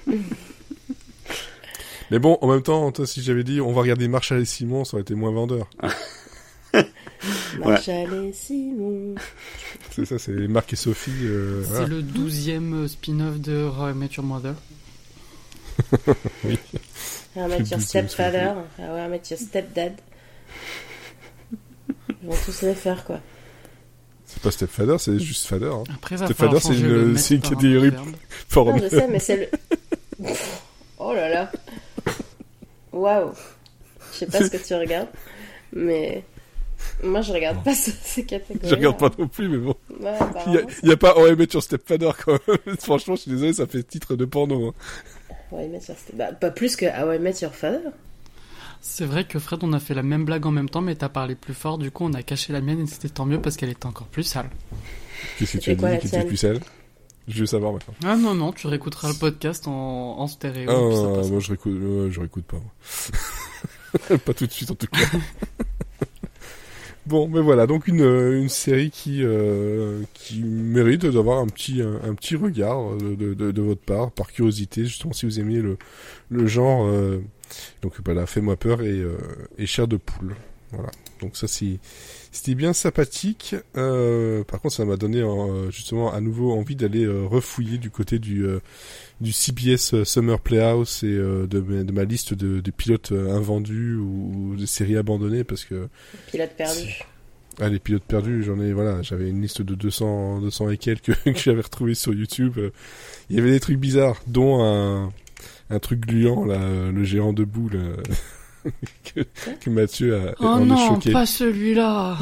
[SPEAKER 1] Mais bon, en même temps, toi, si j'avais dit on va regarder Marshall et Simon, ça aurait été moins vendeur.
[SPEAKER 2] Marshall et Simon.
[SPEAKER 1] C'est ça, c'est Marc et Sophie.
[SPEAKER 4] C'est
[SPEAKER 1] Voilà.
[SPEAKER 4] le 12e spin-off de How I Met Your Mother.
[SPEAKER 1] Oui.
[SPEAKER 2] How I Met Your Stepfather, How I Met Your Stepdad. Ils vont tous les faire, quoi.
[SPEAKER 1] C'est pas Stepfather, c'est juste Father. Hein.
[SPEAKER 4] Après, ça
[SPEAKER 1] Stepfather, c'est une catégorie
[SPEAKER 2] Non,
[SPEAKER 1] porno.
[SPEAKER 2] je sais, mais c'est le... Oh là là. Waouh. Je sais pas ce que tu regardes, mais... Moi, je regarde pas ces catégories.
[SPEAKER 1] Je regarde pas non plus, mais bon.
[SPEAKER 2] Ouais,
[SPEAKER 1] Il y a pas OM sur Stepfather, quand même. Franchement, je suis désolé, ça fait titre de porno. Hein.
[SPEAKER 2] How I Met Your Stepdad. Pas plus que How I Met Your Father.
[SPEAKER 4] C'est vrai que Fred, on a fait la même blague en même temps, mais t'as parlé plus fort, du coup on a caché la mienne et c'était tant mieux parce qu'elle était encore plus sale.
[SPEAKER 1] Qu'est-ce que tu
[SPEAKER 2] C'était
[SPEAKER 1] as
[SPEAKER 2] quoi,
[SPEAKER 1] dit
[SPEAKER 2] la
[SPEAKER 1] qui était
[SPEAKER 2] tienne
[SPEAKER 1] plus sale? Je veux savoir maintenant.
[SPEAKER 4] Ah non, tu réécouteras le podcast en stéréo. puis ça passe.
[SPEAKER 1] Moi, je réécoute pas. Moi. Pas tout de suite, en tout cas. Bon, mais voilà, donc une série qui mérite d'avoir un petit regard de votre part, par curiosité, justement, si vous aimiez le genre. Donc voilà, Fais-moi peur et Chair de poule. Voilà. Donc ça, c'était bien sympathique. Par contre, ça m'a donné justement à nouveau envie d'aller refouiller du côté du CBS Summer Playhouse et de ma liste de pilotes invendus ou de séries abandonnées, parce que
[SPEAKER 2] Pilote perdu.
[SPEAKER 1] les pilotes perdus, j'avais une liste de 200 et quelques que j'avais retrouvé sur YouTube. Il y avait des trucs bizarres, dont un truc gluant là, le géant debout là, que Mathieu
[SPEAKER 4] Oh
[SPEAKER 1] est
[SPEAKER 4] non,
[SPEAKER 1] choqué.
[SPEAKER 4] pas celui-là.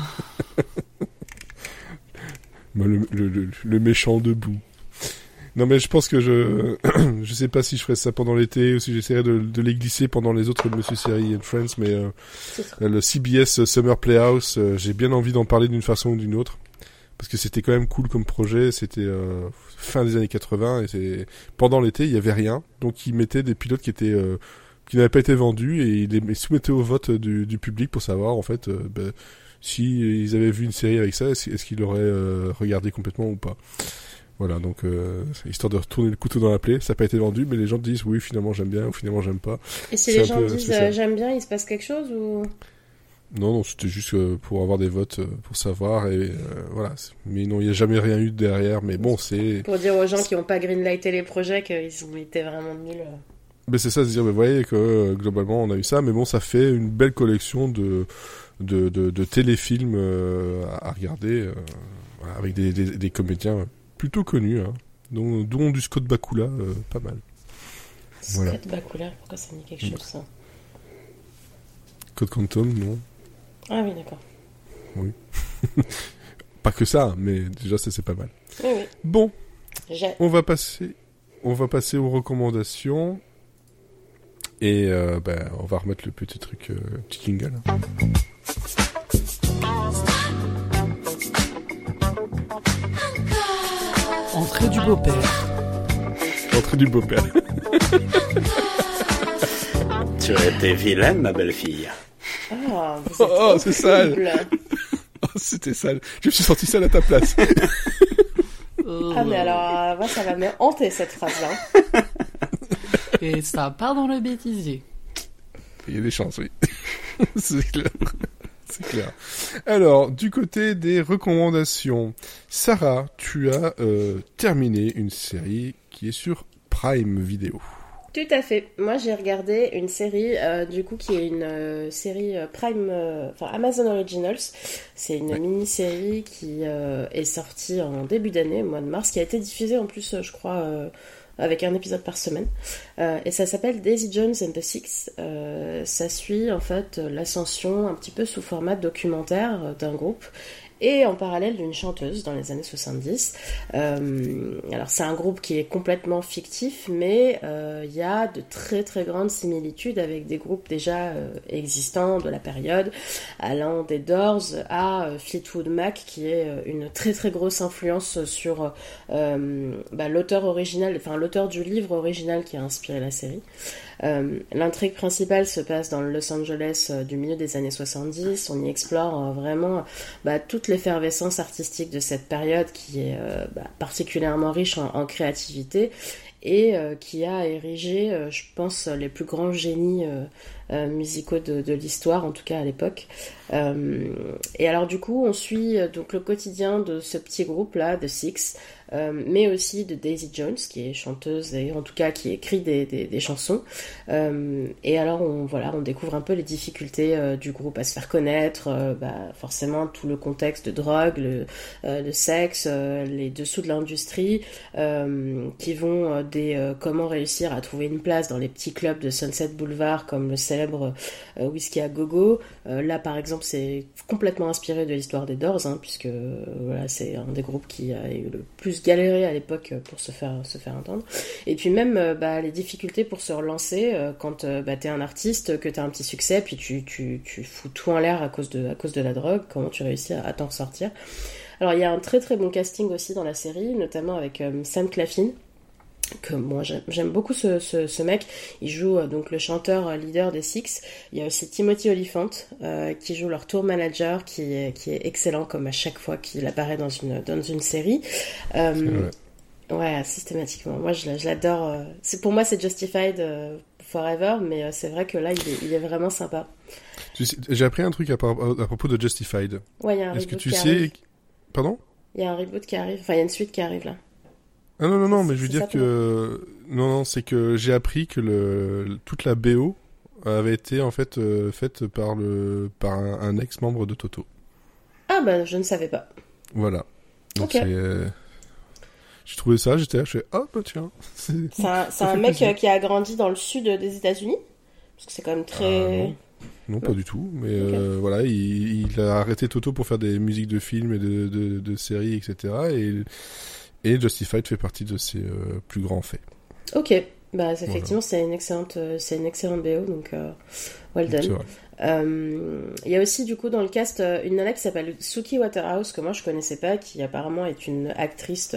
[SPEAKER 1] Le méchant debout. Non, mais je pense que je sais pas si je ferais ça pendant l'été ou si j'essaierais de les glisser pendant les autres Monsieur Série and Friends, mais le CBS Summer Playhouse, j'ai bien envie d'en parler d'une façon ou d'une autre, parce que c'était quand même cool comme projet. C'était fin des années 80 et pendant l'été il y avait rien, donc ils mettaient des pilotes qui n'avaient pas été vendus et ils les soumettaient au vote du public pour savoir en fait si ils avaient vu une série avec ça, est-ce qu'ils l'auraient regardé complètement ou pas. Voilà, donc histoire de retourner le couteau dans la plaie. Ça n'a pas été vendu, mais les gens disent oui, finalement j'aime bien ou finalement j'aime pas.
[SPEAKER 2] Et si
[SPEAKER 1] C'est
[SPEAKER 2] les
[SPEAKER 1] un
[SPEAKER 2] gens
[SPEAKER 1] peu
[SPEAKER 2] disent
[SPEAKER 1] spécial.
[SPEAKER 2] j'aime bien, il se passe quelque chose ou...
[SPEAKER 1] Non, c'était juste pour avoir des votes pour savoir et voilà. Mais non, il n'y a jamais rien eu derrière. Mais bon, c'est.
[SPEAKER 2] Pour dire aux gens qui n'ont pas greenlighté les projets qu'ils ont été vraiment nuls.
[SPEAKER 1] Mais c'est ça, se dire, mais vous voyez que globalement on a eu ça, mais bon, ça fait une belle collection de téléfilms à regarder voilà, avec des comédiens plutôt connus, hein, dont du Scott Bakula, pas mal. Voilà.
[SPEAKER 2] Scott Bakula, pourquoi ça me dit quelque chose ça?
[SPEAKER 1] Code Quantum, non.
[SPEAKER 2] Ah oui, d'accord.
[SPEAKER 1] Pas que ça, mais déjà ça c'est pas mal.
[SPEAKER 2] Oui, oui.
[SPEAKER 1] Bon,
[SPEAKER 2] J'ai...
[SPEAKER 1] on va passer aux recommandations et on va remettre le petit truc, petit jingle.
[SPEAKER 4] Entrée du beau-père.
[SPEAKER 1] Entrée du beau-père.
[SPEAKER 3] Tu as été vilaine, ma belle fille.
[SPEAKER 2] Ah, vous êtes
[SPEAKER 1] Oh, c'est sale.
[SPEAKER 2] horrible.
[SPEAKER 1] Oh, c'était sale. Je me suis senti sale à ta place.
[SPEAKER 2] Ah, mais alors, moi, ça va me hanter cette phrase-là.
[SPEAKER 4] Et ça part dans le bêtisier.
[SPEAKER 1] Il y a des chances, oui. C'est clair. C'est clair. Alors, du côté des recommandations, Sarah, tu as terminé une série qui est sur Prime Video.
[SPEAKER 2] Tout à fait. Moi, j'ai regardé une série, du coup, qui est une série Prime, enfin Amazon Originals. C'est une mini-série qui est sortie en début d'année, au mois de mars, qui a été diffusée en plus, je crois, avec un épisode par semaine. Et ça s'appelle Daisy Jones and the Six. Ça suit en fait l'ascension un petit peu sous format documentaire d'un groupe. et en parallèle d'une chanteuse dans les années 70. Alors c'est un groupe qui est complètement fictif, mais il y a de très très grandes similitudes avec des groupes déjà existants de la période, allant des Doors à Fleetwood Mac, qui est une très très grosse influence sur l'auteur original, enfin l'auteur du livre original qui a inspiré la série. L'intrigue principale se passe dans le Los Angeles du milieu des années 70. On y explore vraiment toute l'effervescence artistique de cette période qui est particulièrement riche en créativité et qui a érigé, je pense, les plus grands génies musicaux de l'histoire, en tout cas à l'époque. Et alors du coup, on suit donc le quotidien de ce petit groupe-là, de Six, mais aussi de Daisy Jones, qui est chanteuse et en tout cas qui écrit des chansons. Et alors on découvre un peu les difficultés du groupe à se faire connaître, forcément tout le contexte de drogue, le sexe, les dessous de l'industrie, qui vont comment réussir à trouver une place dans les petits clubs de Sunset Boulevard comme le célèbre Whisky à Gogo. Là par exemple c'est complètement inspiré de l'histoire des Doors, puisque c'est un des groupes qui a eu le plus galéré à l'époque pour se faire entendre. Et puis même les difficultés pour se relancer quand t'es un artiste, que t'as un petit succès, puis tu fous tout en l'air à cause de la drogue. Comment tu réussis à t'en sortir? Alors il y a un très très bon casting aussi dans la série, notamment avec Sam Claflin, que moi j'aime beaucoup ce mec. Il joue donc le chanteur leader des Six. Il y a aussi Timothy Olyphant qui joue leur tour manager, qui est excellent comme à chaque fois qu'il apparaît dans une série. Ouais, systématiquement. Moi je l'adore. Pour moi c'est Justified Forever, mais c'est vrai que là il est vraiment sympa.
[SPEAKER 1] J'ai appris un truc à propos de Justified.
[SPEAKER 2] Ouais, il y a un
[SPEAKER 1] Est-ce que
[SPEAKER 2] reboot
[SPEAKER 1] tu
[SPEAKER 2] qui
[SPEAKER 1] sais
[SPEAKER 2] arrive.
[SPEAKER 1] Pardon?
[SPEAKER 2] Il y a un reboot qui arrive. Enfin il y a une suite qui arrive là.
[SPEAKER 1] Ah non, mais je veux dire
[SPEAKER 2] ça,
[SPEAKER 1] que... Non, c'est que j'ai appris que toute la BO avait été en fait faite par un ex-membre de Toto.
[SPEAKER 2] Ah je ne savais pas.
[SPEAKER 1] Voilà. Donc
[SPEAKER 2] Ok.
[SPEAKER 1] j'ai trouvé ça, j'étais là, je fais tiens.
[SPEAKER 2] C'est un mec qui a grandi dans le sud des États-Unis, parce que c'est quand même très...
[SPEAKER 1] Non, pas du tout. Mais
[SPEAKER 2] Ok.
[SPEAKER 1] voilà, il a arrêté Toto pour faire des musiques de films et de séries, etc. Et Justified fait partie de ses plus grands faits.
[SPEAKER 2] Ok, effectivement c'est une excellente BO, donc well
[SPEAKER 1] C'est
[SPEAKER 2] done.
[SPEAKER 1] vrai.
[SPEAKER 2] Il y a aussi du coup dans le cast une nana qui s'appelle Suki Waterhouse, que moi je connaissais pas, qui apparemment est une actrice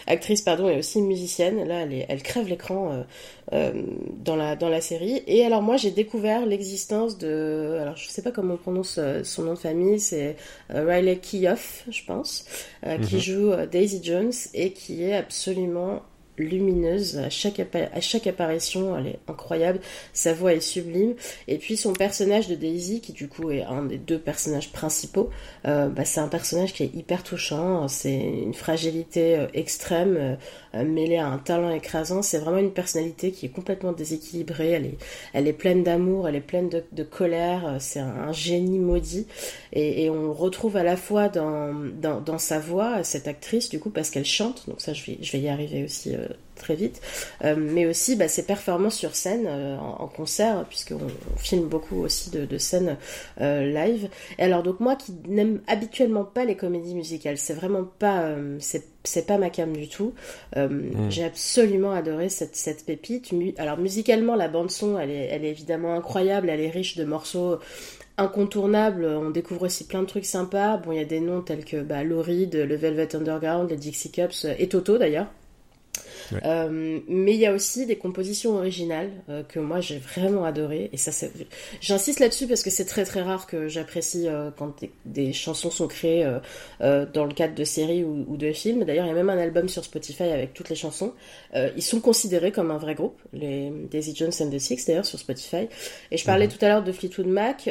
[SPEAKER 2] et aussi musicienne. Là elle crève l'écran dans la série. Et alors moi j'ai découvert l'existence de, alors je sais pas comment on prononce son nom de famille, c'est Riley Keough je pense, qui joue Daisy Jones et qui est absolument lumineuse à chaque apparition. Elle est incroyable, sa voix est sublime, et puis son personnage de Daisy, qui du coup est un des deux personnages principaux, c'est un personnage qui est hyper touchant. C'est une fragilité extrême mêlée à un talent écrasant. C'est vraiment une personnalité qui est complètement déséquilibrée. Elle est pleine d'amour, elle est pleine de colère. C'est un génie maudit, et on retrouve à la fois dans sa voix cette actrice du coup, parce qu'elle chante, donc ça je vais y arriver aussi très vite, mais aussi ses performances sur scène en concert, puisqu'on filme beaucoup aussi de scènes live. Et alors donc moi qui n'aime habituellement pas les comédies musicales, c'est vraiment pas c'est pas ma came du tout. J'ai absolument adoré cette pépite. Alors musicalement la bande son elle est évidemment incroyable, elle est riche de morceaux incontournables. On découvre aussi plein de trucs sympas. Bon, il y a des noms tels que Lou Reed, le Velvet Underground, les Dixie Cups et Toto d'ailleurs.
[SPEAKER 1] Ouais.
[SPEAKER 2] Mais il y a aussi des compositions originales que moi j'ai vraiment adoré, et ça j'insiste là-dessus parce que c'est très très rare que j'apprécie quand des chansons sont créées dans le cadre de séries ou de films. D'ailleurs il y a même un album sur Spotify avec toutes les chansons. Ils sont considérés comme un vrai groupe, les Daisy Jones and the Six d'ailleurs sur Spotify. Et je parlais tout à l'heure de Fleetwood Mac,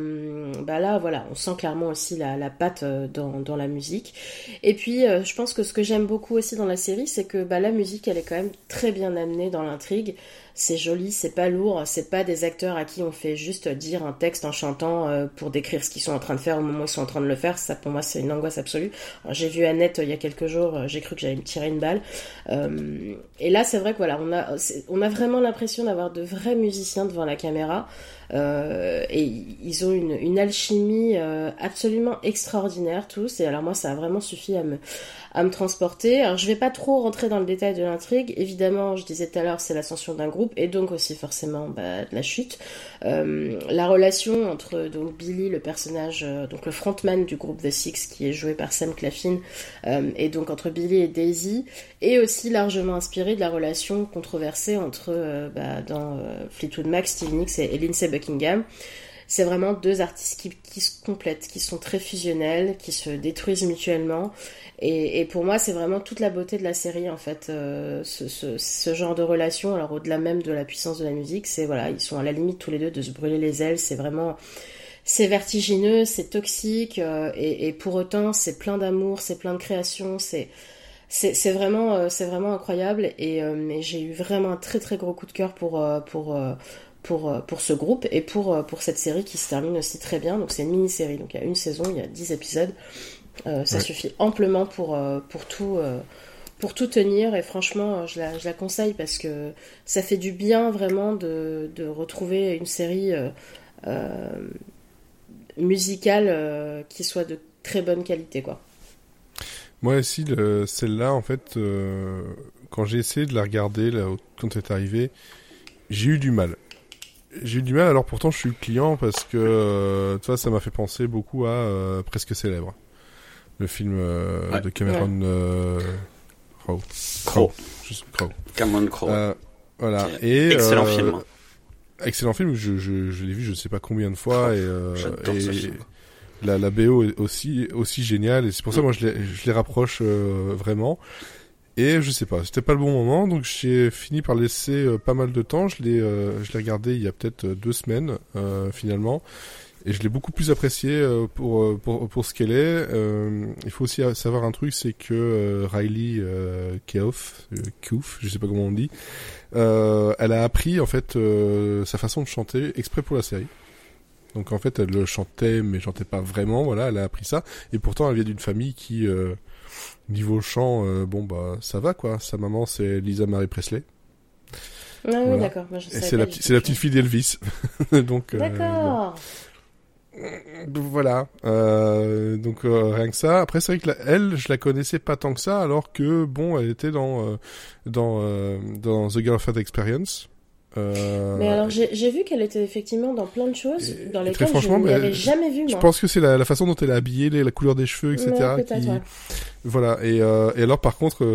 [SPEAKER 2] là voilà, on sent clairement aussi la patte dans la musique. Et puis je pense que ce que j'aime beaucoup aussi dans la série, c'est que la musique elle est quand même très bien amenée dans l'intrigue. c'est joli, c'est pas lourd, c'est pas des acteurs à qui on fait juste dire un texte en chantant pour décrire ce qu'ils sont en train de faire au moment où ils sont en train de le faire. Ça, pour moi, c'est une angoisse absolue. Alors, j'ai vu Annette il y a quelques jours, j'ai cru que j'allais me tirer une balle. Et là, c'est vrai que voilà, on a vraiment l'impression d'avoir de vrais musiciens devant la caméra. Et ils ont une alchimie absolument extraordinaire tous, et alors moi ça a vraiment suffi à me transporter. Alors je vais pas trop rentrer dans le détail de l'intrigue, évidemment je disais tout à l'heure c'est l'ascension d'un groupe et donc aussi forcément de la chute. La relation entre donc Billy, le personnage, donc le frontman du groupe The Six qui est joué par Sam Claflin, et donc entre Billy et Daisy, est aussi largement inspiré de la relation controversée entre dans Fleetwood Mac, Stevie Nicks et Lindsey Buckingham. C'est vraiment deux artistes qui se complètent, qui sont très fusionnels, qui se détruisent mutuellement. Et pour moi, c'est vraiment toute la beauté de la série, en fait, ce genre de relation. Alors, au-delà même de la puissance de la musique, c'est voilà, ils sont à la limite tous les deux de se brûler les ailes. C'est vraiment, c'est vertigineux, c'est toxique, et pour autant, c'est plein d'amour, c'est plein de création, c'est vraiment incroyable. Et j'ai eu vraiment un très très gros coup de cœur pour ce groupe et pour cette série qui se termine aussi très bien. Donc c'est une mini-série, donc il y a une saison, il y a 10 épisodes. Ça suffit amplement pour tout tenir, et franchement je la conseille parce que ça fait du bien vraiment de retrouver une série musicale qui soit de très bonne qualité, quoi.
[SPEAKER 1] Moi aussi, celle-là, en fait, quand j'ai essayé de la regarder, là, quand elle est arrivée, j'ai eu du mal. Alors pourtant je suis le client parce que tu vois, ça m'a fait penser beaucoup à Presque Célèbre, le film de Cameron Crowe.
[SPEAKER 3] Cameron Crowe.
[SPEAKER 1] Voilà.
[SPEAKER 3] Okay.
[SPEAKER 1] Et
[SPEAKER 3] excellent film.
[SPEAKER 1] Excellent film. Je l'ai vu je sais pas combien de fois, et
[SPEAKER 3] j'adore ce film.
[SPEAKER 1] La BO est aussi géniale, et c'est pour ça moi je les rapproche vraiment. Et je sais pas, c'était pas le bon moment, donc j'ai fini par laisser pas mal de temps. Je l'ai regardé il y a peut-être 2 semaines finalement, et je l'ai beaucoup plus apprécié pour ce qu'elle est. Il faut aussi savoir un truc, c'est que Riley Keough, je sais pas comment on dit, elle a appris en fait sa façon de chanter exprès pour la série. Donc en fait elle le chantait mais chantait pas vraiment, voilà, elle a appris ça, et pourtant elle vient d'une famille qui niveau chant, ça va quoi. Sa maman c'est Lisa Marie Presley.
[SPEAKER 2] Ah oui, voilà. D'accord. Moi,
[SPEAKER 1] c'est la petite fille d'Elvis. Donc.
[SPEAKER 2] D'accord.
[SPEAKER 1] Voilà. Donc rien que ça. Après c'est vrai que elle, je la connaissais pas tant que ça, alors que bon, elle était dans The Girlfriend Experience.
[SPEAKER 2] Mais alors j'ai vu qu'elle était effectivement dans plein de choses dans lesquelles je ne l'avais jamais vue, moi.
[SPEAKER 1] Je pense que c'est la façon dont elle est habillée, la couleur des cheveux, etc.
[SPEAKER 2] Ouais.
[SPEAKER 1] Voilà. Et alors par contre,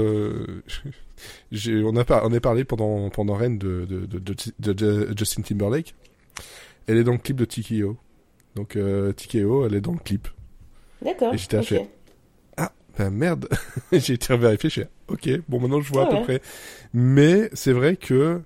[SPEAKER 1] on a parlé pendant Rennes de Justin Timberlake. Elle est dans le clip de TKO. Donc TKO, elle est dans le clip.
[SPEAKER 2] D'accord.
[SPEAKER 1] Et j'étais fait merde. J'ai été vérifié, j'ai ok, bon maintenant je vois à peu près. Mais c'est vrai que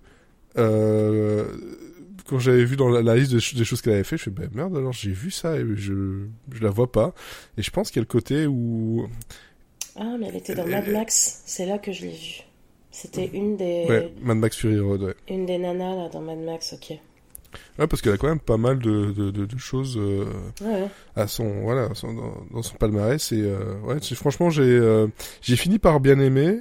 [SPEAKER 1] quand j'avais vu dans la liste des choses qu'elle avait fait, je fais merde, alors j'ai vu ça et je la vois pas. Et je pense qu'il y a le côté où
[SPEAKER 2] mais elle était dans Mad Max, c'est là que je l'ai vue. C'était une des
[SPEAKER 1] Mad Max Fury Road, ouais. Une
[SPEAKER 2] des nanas là dans Mad Max, ok.
[SPEAKER 1] Ouais, parce qu'elle a quand même pas mal de choses à dans son palmarès, et franchement j'ai fini par bien aimer.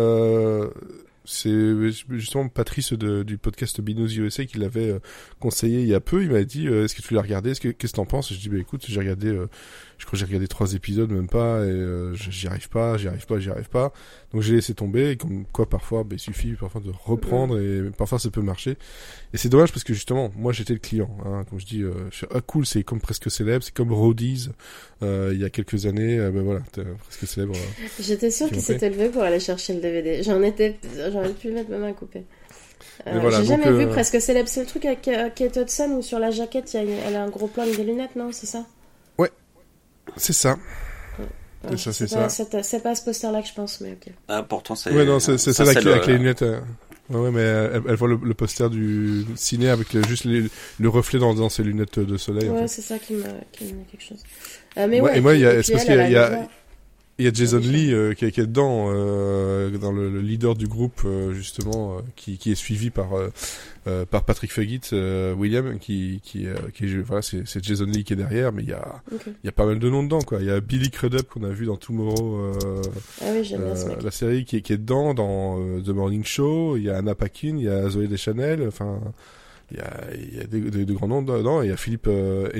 [SPEAKER 1] C'est justement Patrice du podcast Binous USA qui l'avait conseillé il y a peu. Il m'a dit est-ce que tu l'as regardé, qu'est-ce que t'en penses? Et je dis écoute, j'ai regardé je crois que j'ai regardé 3 épisodes, même pas, et j'y arrive pas. Donc j'ai laissé tomber, et comme quoi parfois il suffit parfois de reprendre, et parfois ça peut marcher. Et c'est dommage parce que justement moi j'étais le client, hein, comme je dis, cool, c'est comme Presque Célèbre, c'est comme Roadies il y a quelques années, voilà, Presque Célèbre.
[SPEAKER 2] J'étais sûre qu'il s'était levé pour aller chercher le DVD. J'aurais pu mettre ma main à couper. J'ai jamais vu Presque Célèbre. C'est le truc avec Kate Hudson où sur la jaquette elle a un gros plan avec des lunettes, non? C'est ça?
[SPEAKER 1] Ouais, c'est ça.
[SPEAKER 2] C'est pas ce poster-là que je pense, mais ok.
[SPEAKER 3] Ah, pourtant c'est.
[SPEAKER 1] Ouais, non, c'est celle avec les lunettes. Ouais, mais elle voit le poster du ciné avec juste le reflet dans ses lunettes de soleil.
[SPEAKER 2] Ouais,
[SPEAKER 1] en fait.
[SPEAKER 2] c'est ça qui m'a dit quelque chose.
[SPEAKER 1] Mais ouais, et moi, c'est parce qu'il y a Il y a Jason Lee qui est dedans, dans le leader du groupe justement, qui est suivi par Patrick Fugit, William, qui voilà, c'est Jason Lee qui est derrière, mais il y a pas mal de noms dedans, quoi. Il y a Billy Crudup qu'on a vu dans Tomorrow,
[SPEAKER 2] j'aime bien ce mec.
[SPEAKER 1] la série qui est dedans, dans The Morning Show. Il y a Anna Paquin, il y a Zoé Deschanel, enfin. Il y a des grands noms dedans. Il y a Philippe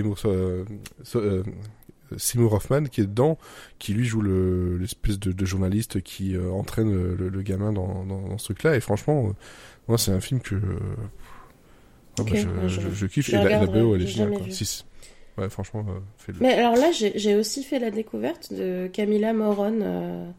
[SPEAKER 1] Seymour Hoffman qui est dedans, qui lui joue l'espèce de journaliste qui entraîne le gamin dans ce truc-là. Et franchement, moi c'est un film que je kiffe. Et la BO elle est géniale. Ouais, franchement, fais-le.
[SPEAKER 2] Mais alors là, j'ai aussi fait la découverte de Camilla Morone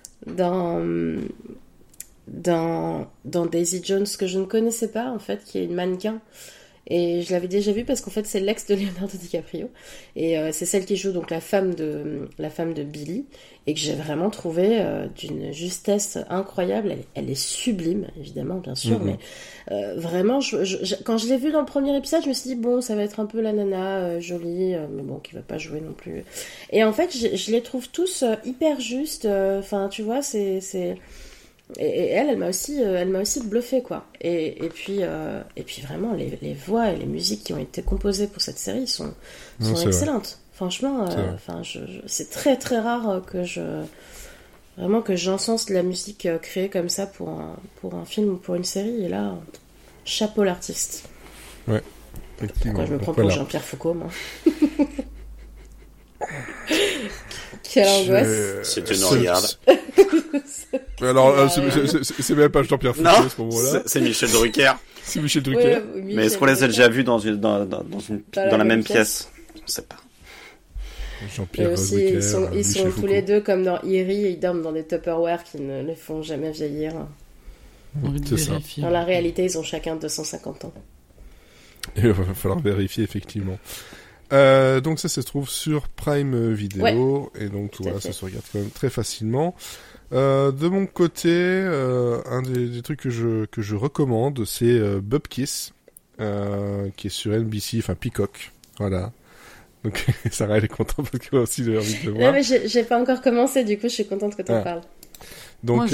[SPEAKER 2] dans Daisy Jones, que je ne connaissais pas en fait, qui est une mannequin, et je l'avais déjà vue parce qu'en fait c'est l'ex de Leonardo DiCaprio, et c'est celle qui joue donc la femme de Billy, et que j'ai vraiment trouvé d'une justesse incroyable. Elle est sublime, évidemment, bien sûr, mais vraiment quand je l'ai vue dans le premier épisode, je me suis dit bon, ça va être un peu la nana jolie, mais bon, qui va pas jouer non plus, et en fait je les trouve tous hyper justes, enfin tu vois, c'est et elle m'a aussi bluffé, quoi. Et puis vraiment les voix et les musiques qui ont été composées pour cette série sont excellentes. Franchement, c'est très très rare que j'encense de la musique créée comme ça pour un film ou pour une série. Et là, chapeau l'artiste.
[SPEAKER 1] Ouais. Effectivement.
[SPEAKER 2] Je me prends pour Jean-Pierre Foucault, moi. Quelle angoisse.
[SPEAKER 3] C'est une regarde.
[SPEAKER 1] Alors, c'est même pas Jean-Pierre Foucault à ce moment-là.
[SPEAKER 3] C'est Michel Drucker.
[SPEAKER 1] C'est Michel Drucker.
[SPEAKER 2] Oui,
[SPEAKER 3] mais est-ce qu'on les a déjà vus dans la même pièce? On sait pas.
[SPEAKER 1] Jean-Pierre
[SPEAKER 2] aussi,
[SPEAKER 1] Drucker.
[SPEAKER 2] Ils sont tous les deux comme dans Eerie, et ils dorment dans des Tupperware qui ne les font jamais vieillir.
[SPEAKER 1] C'est ça.
[SPEAKER 2] Dans la réalité, ils ont chacun 250 ans.
[SPEAKER 1] Et il va falloir vérifier, effectivement. Donc ça se trouve sur Prime Video, et donc voilà, ça se regarde quand même très facilement. De mon côté, un des trucs que je recommande, c'est Bupkis, qui est sur NBC, enfin Peacock, voilà. Donc Sarah elle est contente parce qu'elle a aussi envie de le voir.
[SPEAKER 2] Non mais j'ai pas encore commencé, du coup je suis contente que t'en parles.
[SPEAKER 1] Donc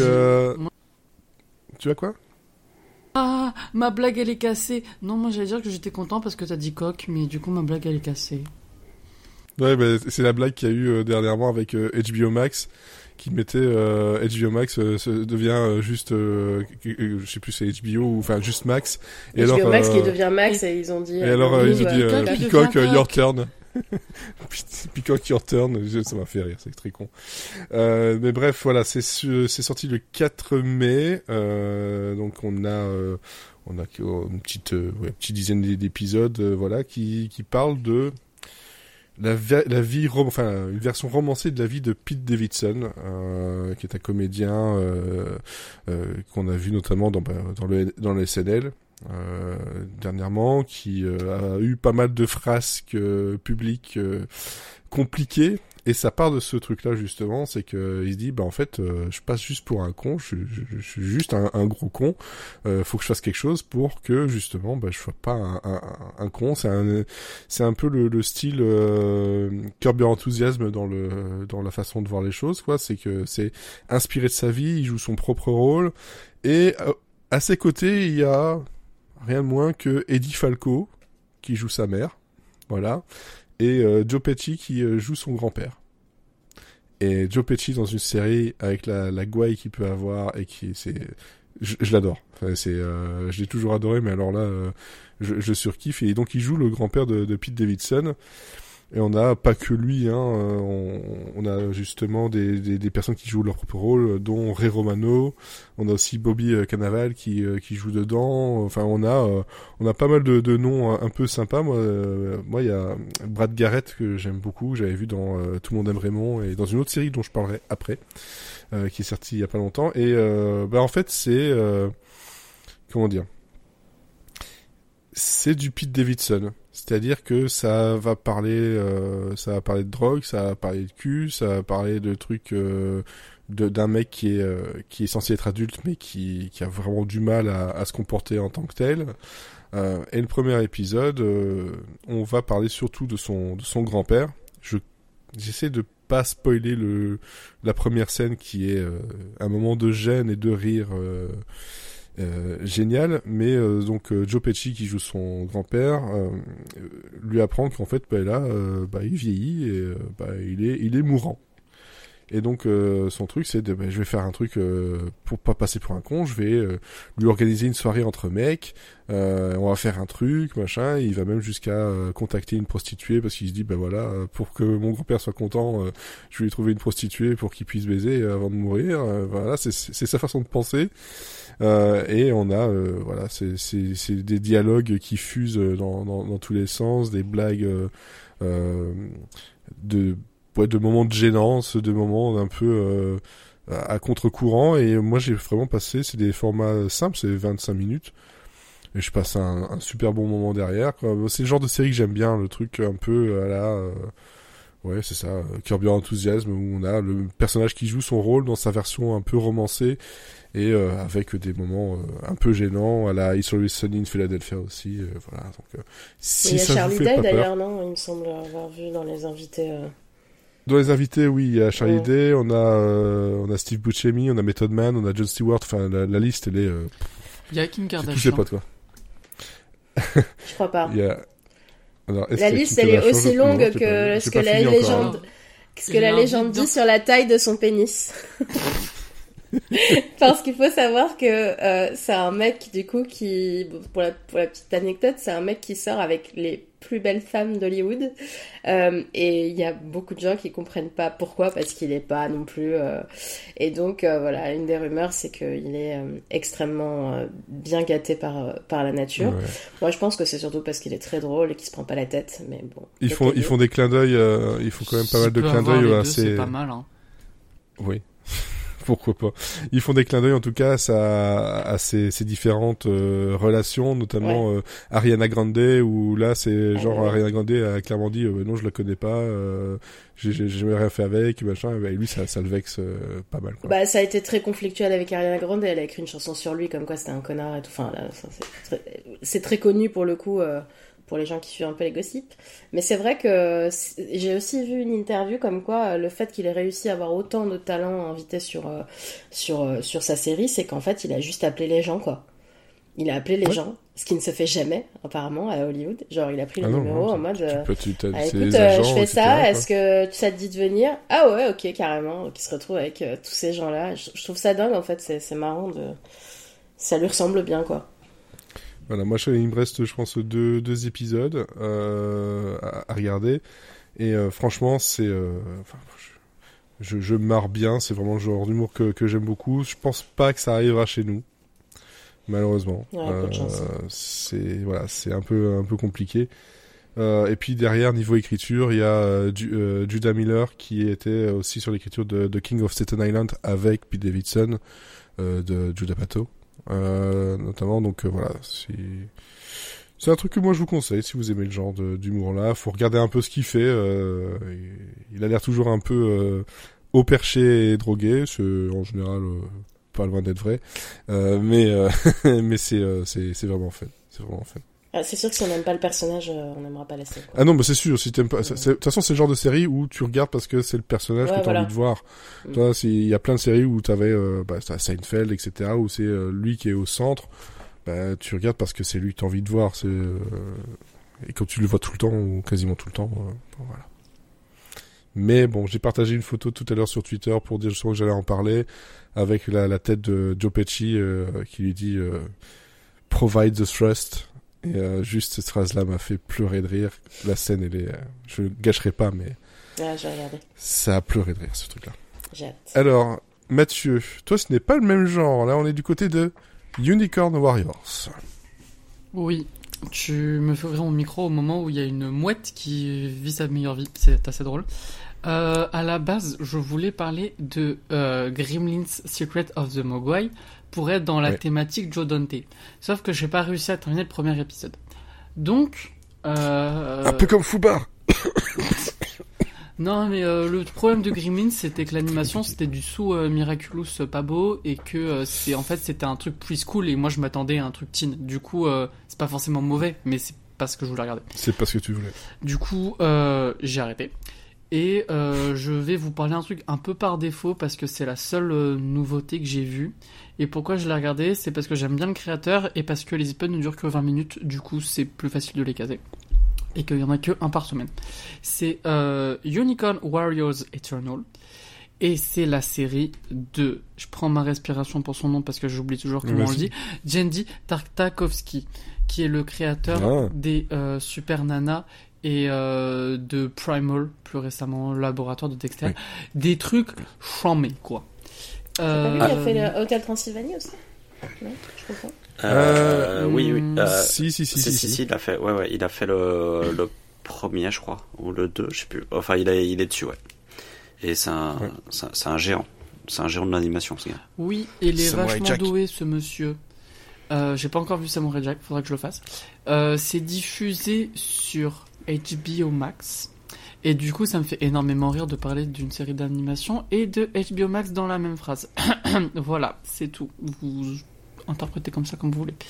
[SPEAKER 1] tu as quoi?
[SPEAKER 4] Ah, ma blague elle est cassée. Non, moi j'allais dire que j'étais content parce que t'as dit coq, mais du coup ma blague elle est cassée.
[SPEAKER 1] Ouais, bah, c'est la blague qu'il y a eu dernièrement avec HBO Max, qui mettait HBO Max devient juste, je sais plus, c'est HBO ou enfin juste Max.
[SPEAKER 2] Et HBO Max qui devient Max, et ils ont dit.
[SPEAKER 1] Et alors ils ont dit Peacock your turn. Peacock your turn, ça m'a fait rire, c'est très con. Mais bref, voilà, c'est sorti le 4 mai. Donc on a une petite dizaine d'épisodes, voilà, qui parlent de la vie enfin une version romancée de la vie de Pete Davidson, qui est un comédien qu'on a vu notamment dans le SNL dernièrement, qui a eu pas mal de frasques publiques compliquées. Et ça part de ce truc-là, justement, c'est que il se dit, bah en fait, je passe juste pour un con, je suis juste un gros con. Faut que je fasse quelque chose pour que justement, bah je sois pas un con. C'est un peu le style Curb Your Enthusiasm dans la façon de voir les choses, quoi. C'est que c'est inspiré de sa vie, il joue son propre rôle, et à ses côtés, il y a rien de moins que Eddie Falco qui joue sa mère, voilà. Et Joe Pesci qui joue son grand-père. Et Joe Pesci dans une série avec la gouaille qu'il peut avoir, et je l'adore. Enfin, je l'ai toujours adoré, mais alors là, je surkiffe. Et donc il joue le grand-père de Pete Davidson. Et on a pas que lui, hein. On a justement des personnes qui jouent leur propre rôle, dont Ray Romano. On a aussi Bobby Cannavale qui joue dedans. Enfin, on a pas mal de noms un peu sympas. Moi, il y a Brad Garrett que j'aime beaucoup. J'avais vu dans Tout le monde aime Raymond, et dans une autre série dont je parlerai après, qui est sortie il y a pas longtemps. Et en fait, c'est comment dire, c'est du Pete Davidson. C'est-à-dire que ça va parler de drogue, ça va parler de cul, ça va parler de trucs d'un mec qui est censé être adulte, mais qui a vraiment du mal à se comporter en tant que tel. Et le premier épisode, on va parler surtout de son grand-père. J'essaie de pas spoiler la première scène qui est un moment de gêne et de rire génial, mais donc Joe Pesci qui joue son grand-père lui apprend qu'en fait il vieillit et il est mourant. Et donc son truc c'est de je vais faire un truc pour pas passer pour un con, je vais lui organiser une soirée entre mecs, on va faire un truc machin, il va même jusqu'à contacter une prostituée parce qu'il se dit pour que mon grand-père soit content, je vais lui trouver une prostituée pour qu'il puisse baiser avant de mourir, voilà, c'est sa façon de penser. Et on a c'est des dialogues qui fusent dans tous les sens, des blagues de moments de gênance, de moments un peu à contre-courant, et moi j'ai vraiment passé, c'est des formats simples, c'est 25 minutes, et je passe un super bon moment derrière, quoi. C'est le genre de série que j'aime bien, le truc un peu à la ouais c'est ça, Curb Your Enthusiasm, où on a le personnage qui joue son rôle dans sa version un peu romancée, et avec des moments un peu gênants, à la It's Always Sunny in Philadelphia aussi, voilà, donc si ça vous fait pas peur. Il y a Charlie Day
[SPEAKER 2] d'ailleurs, non, il me semble avoir vu dans les invités.
[SPEAKER 1] Dans les invités, oui, il y a Charlie Day, on a Steve Buscemi, on a Method Man, on a Jon Stewart, enfin la liste elle est
[SPEAKER 4] il y a Kim Kardashian.
[SPEAKER 1] Tous ses potes, quoi.
[SPEAKER 2] Je crois pas.
[SPEAKER 1] Il y a... Alors,
[SPEAKER 2] la liste elle est aussi longue que ce que la légende dit sur la taille de son pénis. Parce qu'il faut savoir que c'est un mec du coup qui, pour la petite anecdote, c'est un mec qui sort avec les plus belles femmes d'Hollywood, et il y a beaucoup de gens qui comprennent pas pourquoi, parce qu'il est pas non plus et donc voilà, une des rumeurs c'est qu'il est extrêmement bien gâté par la nature. Ouais. Moi je pense que c'est surtout parce qu'il est très drôle et qu'il se prend pas la tête, mais bon.
[SPEAKER 1] Ils font des clins d'œil, ils font quand même pas mal de clins d'œil assez.
[SPEAKER 4] C'est pas mal, hein.
[SPEAKER 1] Oui. Pourquoi pas. Ils font des clins d'œil en tout cas à ces différentes relations, notamment Ariana Grande, où là c'est Ariana Grande a clairement dit non je la connais pas, j'ai jamais rien fait avec, machin, et lui ça le vexe pas mal, quoi.
[SPEAKER 2] Bah ça a été très conflictuel avec Ariana Grande, elle a écrit une chanson sur lui comme quoi c'était un connard et tout, enfin là, c'est très connu pour le coup, pour les gens qui suivent un peu les gossips. Mais c'est vrai que j'ai aussi vu une interview comme quoi le fait qu'il ait réussi à avoir autant de talents invités sur sa série, c'est qu'en fait il a juste appelé les gens, quoi. Il a appelé les gens, ce qui ne se fait jamais apparemment à Hollywood. Genre il a pris le numéro en mode écoute, je fais ça, est-ce que ça te dit de venir? Ah ouais, ok, carrément. Qui se retrouve avec tous ces gens-là. Je trouve ça dingue en fait, c'est marrant ça lui ressemble bien, quoi.
[SPEAKER 1] Voilà, moi il me reste je pense deux épisodes à regarder, et franchement c'est je me marre bien, c'est vraiment le genre d'humour que j'aime beaucoup. Je pense pas que ça arrivera chez nous, malheureusement.
[SPEAKER 2] Ouais, peu de chance.
[SPEAKER 1] C'est un peu compliqué. Et puis derrière, niveau écriture, il y a Judah Miller qui était aussi sur l'écriture de King of Staten Island avec Pete Davidson, de Judd Apatow. Notamment, donc voilà, c'est un truc que moi je vous conseille si vous aimez le genre d'humour là. Faut regarder un peu ce qu'il fait, il a l'air toujours un peu haut perché et drogué, c'est en général pas loin d'être vrai, mais c'est vraiment fun, c'est vraiment fun.
[SPEAKER 2] C'est sûr que si on n'aime pas le personnage, on n'aimera pas la série, quoi.
[SPEAKER 1] Ah non, mais c'est sûr, si t'aimes pas, de toute façon, c'est le genre de série où tu regardes parce que c'est le personnage que t'as envie de voir. Toi, il y a plein de séries où t'avais, t'as Seinfeld, etc., où c'est lui qui est au centre, tu regardes parce que c'est lui que t'as envie de voir, et quand tu le vois tout le temps, ou quasiment tout le temps, voilà. Mais bon, j'ai partagé une photo tout à l'heure sur Twitter pour dire justement que j'allais en parler, avec la tête de Joe Pesci, qui lui dit, provide the thrust. Et juste cette phrase-là m'a fait pleurer de rire. La scène, elle est... je gâcherai pas, mais...
[SPEAKER 2] Ah, j'ai regardé.
[SPEAKER 1] Ça a pleuré de rire, ce truc-là.
[SPEAKER 2] J'ai hâte.
[SPEAKER 1] Alors, Mathieu, toi, ce n'est pas le même genre. Là, on est du côté de Unicorn Warriors.
[SPEAKER 4] Oui, tu me fais ouvrir mon micro au moment où il y a une mouette qui vit sa meilleure vie. C'est assez drôle. À la base, je voulais parler de Gremlins Secret of the Mogwai, pour être dans la thématique Joe Dante. Sauf que j'ai pas réussi à terminer le premier épisode. Donc...
[SPEAKER 1] Un peu comme Foubar.
[SPEAKER 4] Non, mais le problème de Gremlins, c'était que l'animation, c'était du sous Miraculous pas beau, et que c'était un truc preschool, et moi je m'attendais à un truc teen. Du coup, c'est pas forcément mauvais, mais c'est pas ce que je voulais regarder.
[SPEAKER 1] C'est pas ce que tu voulais.
[SPEAKER 4] Du coup, j'ai arrêté. Et je vais vous parler un truc un peu par défaut parce que c'est la seule nouveauté que j'ai vue. Et pourquoi je l'ai regardé, c'est parce que j'aime bien le créateur et parce que les épisodes ne durent que 20 minutes, du coup c'est plus facile de les caser. Et qu'il y en a que un par semaine. C'est Unicorn Warriors Eternal. Et c'est la série de, je prends ma respiration pour son nom parce que j'oublie toujours comment on le dit, Genndy Tartakovsky, qui est le créateur des Super Nana et de Primal, plus récemment, Laboratoire de Dexter. Oui. Des trucs charmés, quoi.
[SPEAKER 2] C'est pas lui qui a fait le Hotel Transylvanie aussi? Non, je comprends.
[SPEAKER 3] Oui.
[SPEAKER 1] Si,
[SPEAKER 3] il a fait, il a fait le premier, je crois, ou le 2, je sais plus. Enfin, il est dessus, ouais. Et c'est un géant. C'est un géant de l'animation, ce gars.
[SPEAKER 4] Oui, et il est
[SPEAKER 1] Samurai
[SPEAKER 4] vachement
[SPEAKER 1] Jack.
[SPEAKER 4] doué, ce monsieur. J'ai pas encore vu Samurai Jack, faudrait que je le fasse. C'est diffusé sur HBO Max. Et du coup, ça me fait énormément rire de parler d'une série d'animation et de HBO Max dans la même phrase. Voilà, c'est tout. Vous interprétez comme ça, comme vous voulez.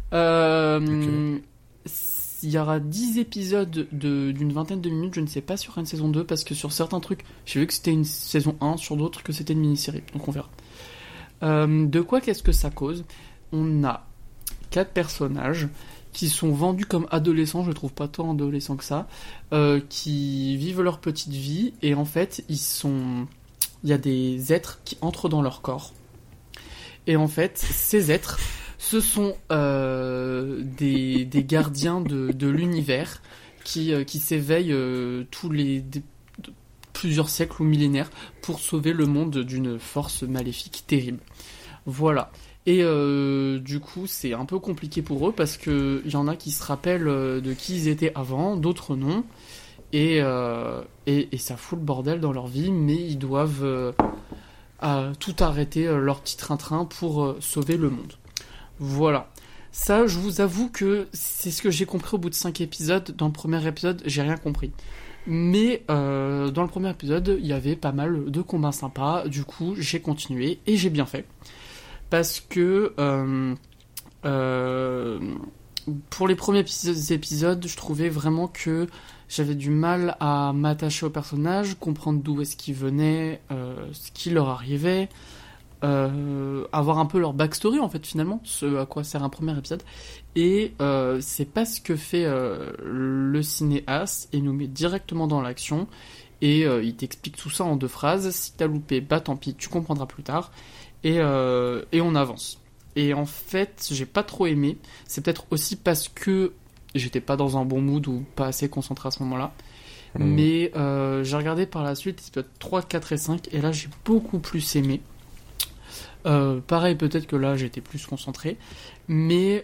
[SPEAKER 4] Il y aura 10 épisodes d'une vingtaine de minutes, je ne sais pas sur une saison 2, parce que sur certains trucs, j'ai vu que c'était une saison 1, sur d'autres que c'était une mini-série, donc on verra. De quoi qu'est-ce que ça cause? On a 4 personnages qui sont vendus comme adolescents, je trouve pas tant adolescents que ça, qui vivent leur petite vie, et en fait, il y a des êtres qui entrent dans leur corps. Et en fait, ces êtres, ce sont des gardiens de l'univers qui s'éveillent tous les plusieurs siècles ou millénaires pour sauver le monde d'une force maléfique terrible. Voilà. Et du coup, c'est un peu compliqué pour eux parce que y en a qui se rappellent de qui ils étaient avant, d'autres non. Et ça fout le bordel dans leur vie, mais ils doivent tout arrêter leur petit train-train pour sauver le monde. Voilà. Ça, je vous avoue que c'est ce que j'ai compris au bout de 5 épisodes. Dans le premier épisode, j'ai rien compris. Mais dans le premier épisode, il y avait pas mal de combats sympas. Du coup, j'ai continué et j'ai bien fait. Parce que pour les premiers épisodes, je trouvais vraiment que j'avais du mal à m'attacher aux personnages, comprendre d'où est-ce qu'ils venaient, ce qui leur arrivait, avoir un peu leur backstory en fait finalement, ce à quoi sert un premier épisode. Et c'est pas ce que fait le cinéaste, et nous met directement dans l'action, et il t'explique tout ça en 2 phrases. Si t'as loupé, bah tant pis, tu comprendras plus tard. Et on avance. Et en fait, j'ai pas trop aimé. C'est peut-être aussi parce que j'étais pas dans un bon mood ou pas assez concentré à ce moment-là. Mais j'ai regardé par la suite épisodes 3, 4 et 5, et là j'ai beaucoup plus aimé. Pareil, peut-être que là j'étais plus concentré, mais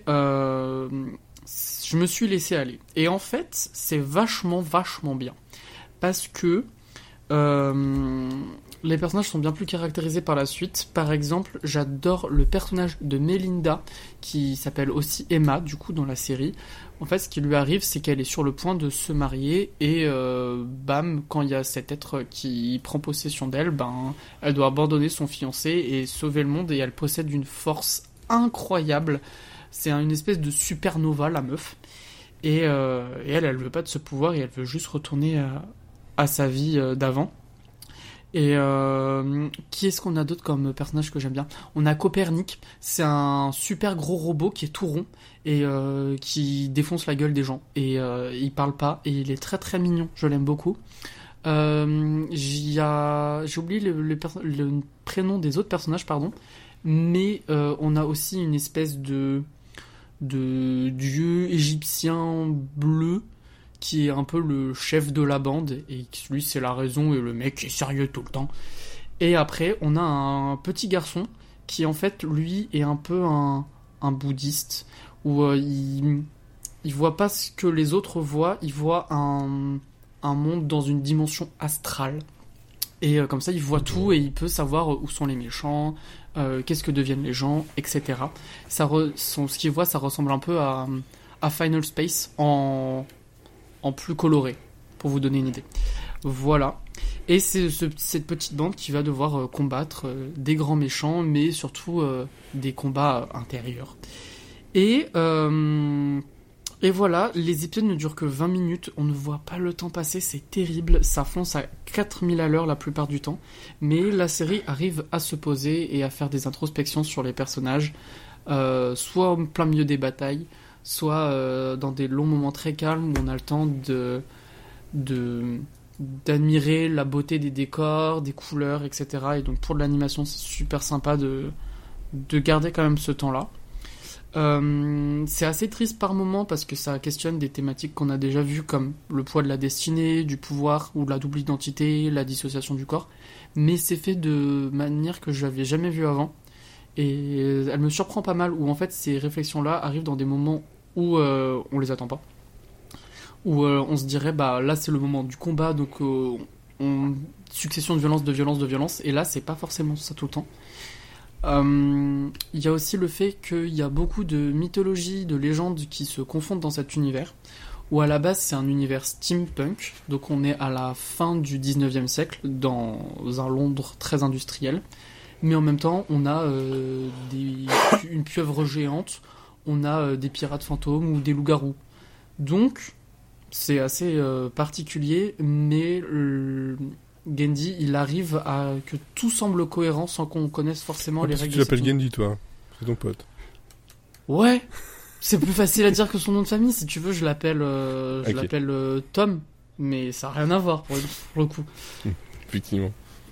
[SPEAKER 4] je me suis laissé aller. Et en fait, c'est vachement bien. Parce que les personnages sont bien plus caractérisés par la suite. Par exemple, j'adore le personnage de Melinda, qui s'appelle aussi Emma, du coup, dans la série. En fait, ce qui lui arrive, c'est qu'elle est sur le point de se marier, et bam, quand il y a cet être qui prend possession d'elle, elle doit abandonner son fiancé et sauver le monde, et elle possède une force incroyable. C'est une espèce de supernova, la meuf. Et elle veut pas de ce pouvoir, et elle veut juste retourner à sa vie d'avant. Et qui est-ce qu'on a d'autre comme personnage que j'aime bien? On a Copernic, c'est un super gros robot qui est tout rond et qui défonce la gueule des gens. Et il parle pas, et il est très très mignon, je l'aime beaucoup. J'ai oublié le prénom des autres personnages, pardon. Mais on a aussi une espèce de dieu égyptien bleu qui est un peu le chef de la bande, et lui c'est la raison, et le mec est sérieux tout le temps. Et après on a un petit garçon qui en fait lui est un peu un bouddhiste, où il voit pas ce que les autres voient, il voit un monde dans une dimension astrale, et comme ça il voit tout, et il peut savoir où sont les méchants, qu'est-ce que deviennent les gens, etc. Ce qu'il voit, ça ressemble un peu à Final Space en plus coloré, pour vous donner une idée. Voilà. Et c'est cette petite bande qui va devoir combattre des grands méchants, mais surtout des combats intérieurs. Et Et voilà, les épisodes ne durent que 20 minutes, on ne voit pas le temps passer, c'est terrible, ça fonce à 4000 à l'heure la plupart du temps, mais la série arrive à se poser et à faire des introspections sur les personnages, soit au plein milieu des batailles, soit dans des longs moments très calmes où on a le temps d'admirer la beauté des décors, des couleurs, etc. Et donc pour de l'animation, c'est super sympa de garder quand même ce temps-là. C'est assez triste par moment parce que ça questionne des thématiques qu'on a déjà vues comme le poids de la destinée, du pouvoir ou de la double identité, la dissociation du corps, mais c'est fait de manière que je n'avais jamais vue avant et elle me surprend pas mal où en fait ces réflexions-là arrivent dans des moments où on les attend pas, où on se dirait bah là c'est le moment du combat donc succession de violence et là c'est pas forcément ça tout le temps. Il y a aussi le fait qu'il y a beaucoup de mythologie, de légendes qui se confondent dans cet univers, où à la base c'est un univers steampunk, donc on est à la fin du 19e siècle, dans un Londres très industriel, mais en même temps on a une pieuvre géante, on a des pirates fantômes ou des loups-garous. Donc c'est assez particulier, mais Genndy, il arrive à que tout semble cohérent sans qu'on connaisse forcément les règles.
[SPEAKER 1] Tu l'appelles Genndy, toi. C'est ton pote.
[SPEAKER 4] Ouais. C'est plus facile à dire que son nom de famille. Si tu veux, je l'appelle Tom, mais ça n'a rien à voir pour le coup.
[SPEAKER 1] Effectivement.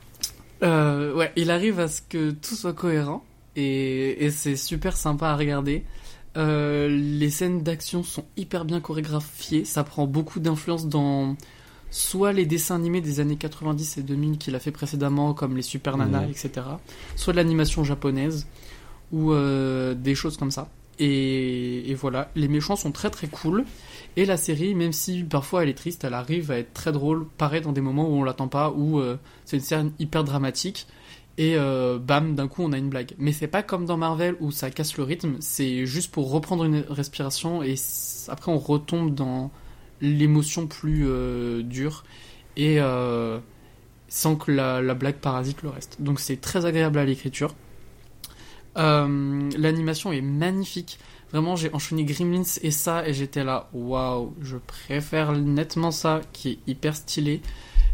[SPEAKER 4] Ouais, il arrive à ce que tout soit cohérent et c'est super sympa à regarder. Les scènes d'action sont hyper bien chorégraphiées. Ça prend beaucoup d'influence dans soit les dessins animés des années 90 et 2000 qu'il a fait précédemment, comme les Super Nana, etc. Soit de l'animation japonaise, ou des choses comme ça. Et voilà, les méchants sont très très cool. Et la série, même si parfois elle est triste, elle arrive à être très drôle, pareil dans des moments où on l'attend pas, où c'est une scène hyper dramatique. Et bam, d'un coup on a une blague. Mais c'est pas comme dans Marvel où ça casse le rythme, c'est juste pour reprendre une respiration et après on retombe dans l'émotion plus dure et sans que la blague parasite le reste. Donc c'est très agréable à l'écriture. L'animation est magnifique. Vraiment, j'ai enchaîné Gremlins et ça, et j'étais là, waouh, je préfère nettement ça, qui est hyper stylé.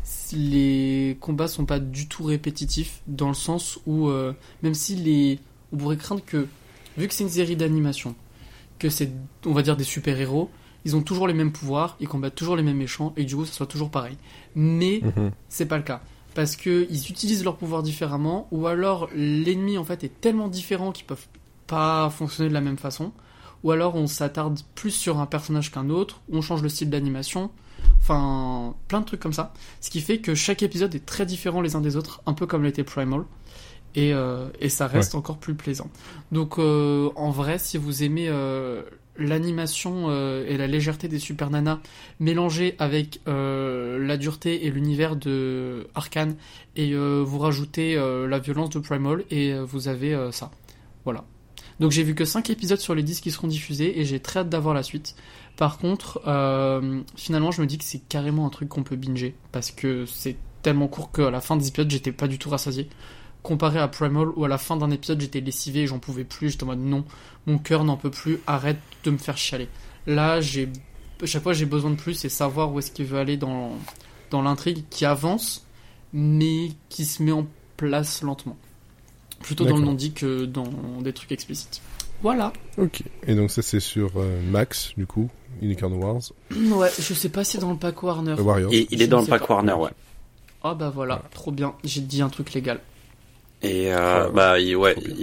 [SPEAKER 4] Les combats sont pas du tout répétitifs, dans le sens où, même si on pourrait craindre que, vu que c'est une série d'animation, que c'est, on va dire, des super-héros, ils ont toujours les mêmes pouvoirs, ils combattent toujours les mêmes méchants, et du coup, ça soit toujours pareil. Mais, c'est pas le cas. Parce qu'ils utilisent leurs pouvoirs différemment, ou alors l'ennemi, en fait, est tellement différent qu'ils peuvent pas fonctionner de la même façon, ou alors on s'attarde plus sur un personnage qu'un autre, ou on change le style d'animation, enfin, plein de trucs comme ça. Ce qui fait que chaque épisode est très différent les uns des autres, un peu comme l'était Primal, et ça reste encore plus plaisant. Donc, en vrai, si vous aimez l'animation et la légèreté des Super Nana mélangée avec la dureté et l'univers de Arcane, et vous rajoutez la violence de Primal, et vous avez ça. Voilà. Donc j'ai vu que 5 épisodes sur les 10 qui seront diffusés, et j'ai très hâte d'avoir la suite. Par contre, finalement, je me dis que c'est carrément un truc qu'on peut binger, parce que c'est tellement court qu'à la fin des épisodes, j'étais pas du tout rassasié. Comparé à Primal, où à la fin d'un épisode, j'étais lessivé et j'en pouvais plus, j'étais en mode non, mon cœur n'en peut plus, arrête de me faire chialer. Là, chaque fois, j'ai besoin de plus et savoir où est-ce qu'il veut aller dans l'intrigue qui avance, mais qui se met en place lentement. Plutôt dans le non-dit que dans des trucs explicites. Voilà. Ok.
[SPEAKER 1] Et donc ça c'est sur Max, du coup, Unicorn Wars.
[SPEAKER 4] Ouais, je sais pas si dans le pack Warner.
[SPEAKER 3] Et il est dans le pack Warner, ouais.
[SPEAKER 4] Ah bah voilà, trop bien. J'ai dit un truc légal.
[SPEAKER 3] Et il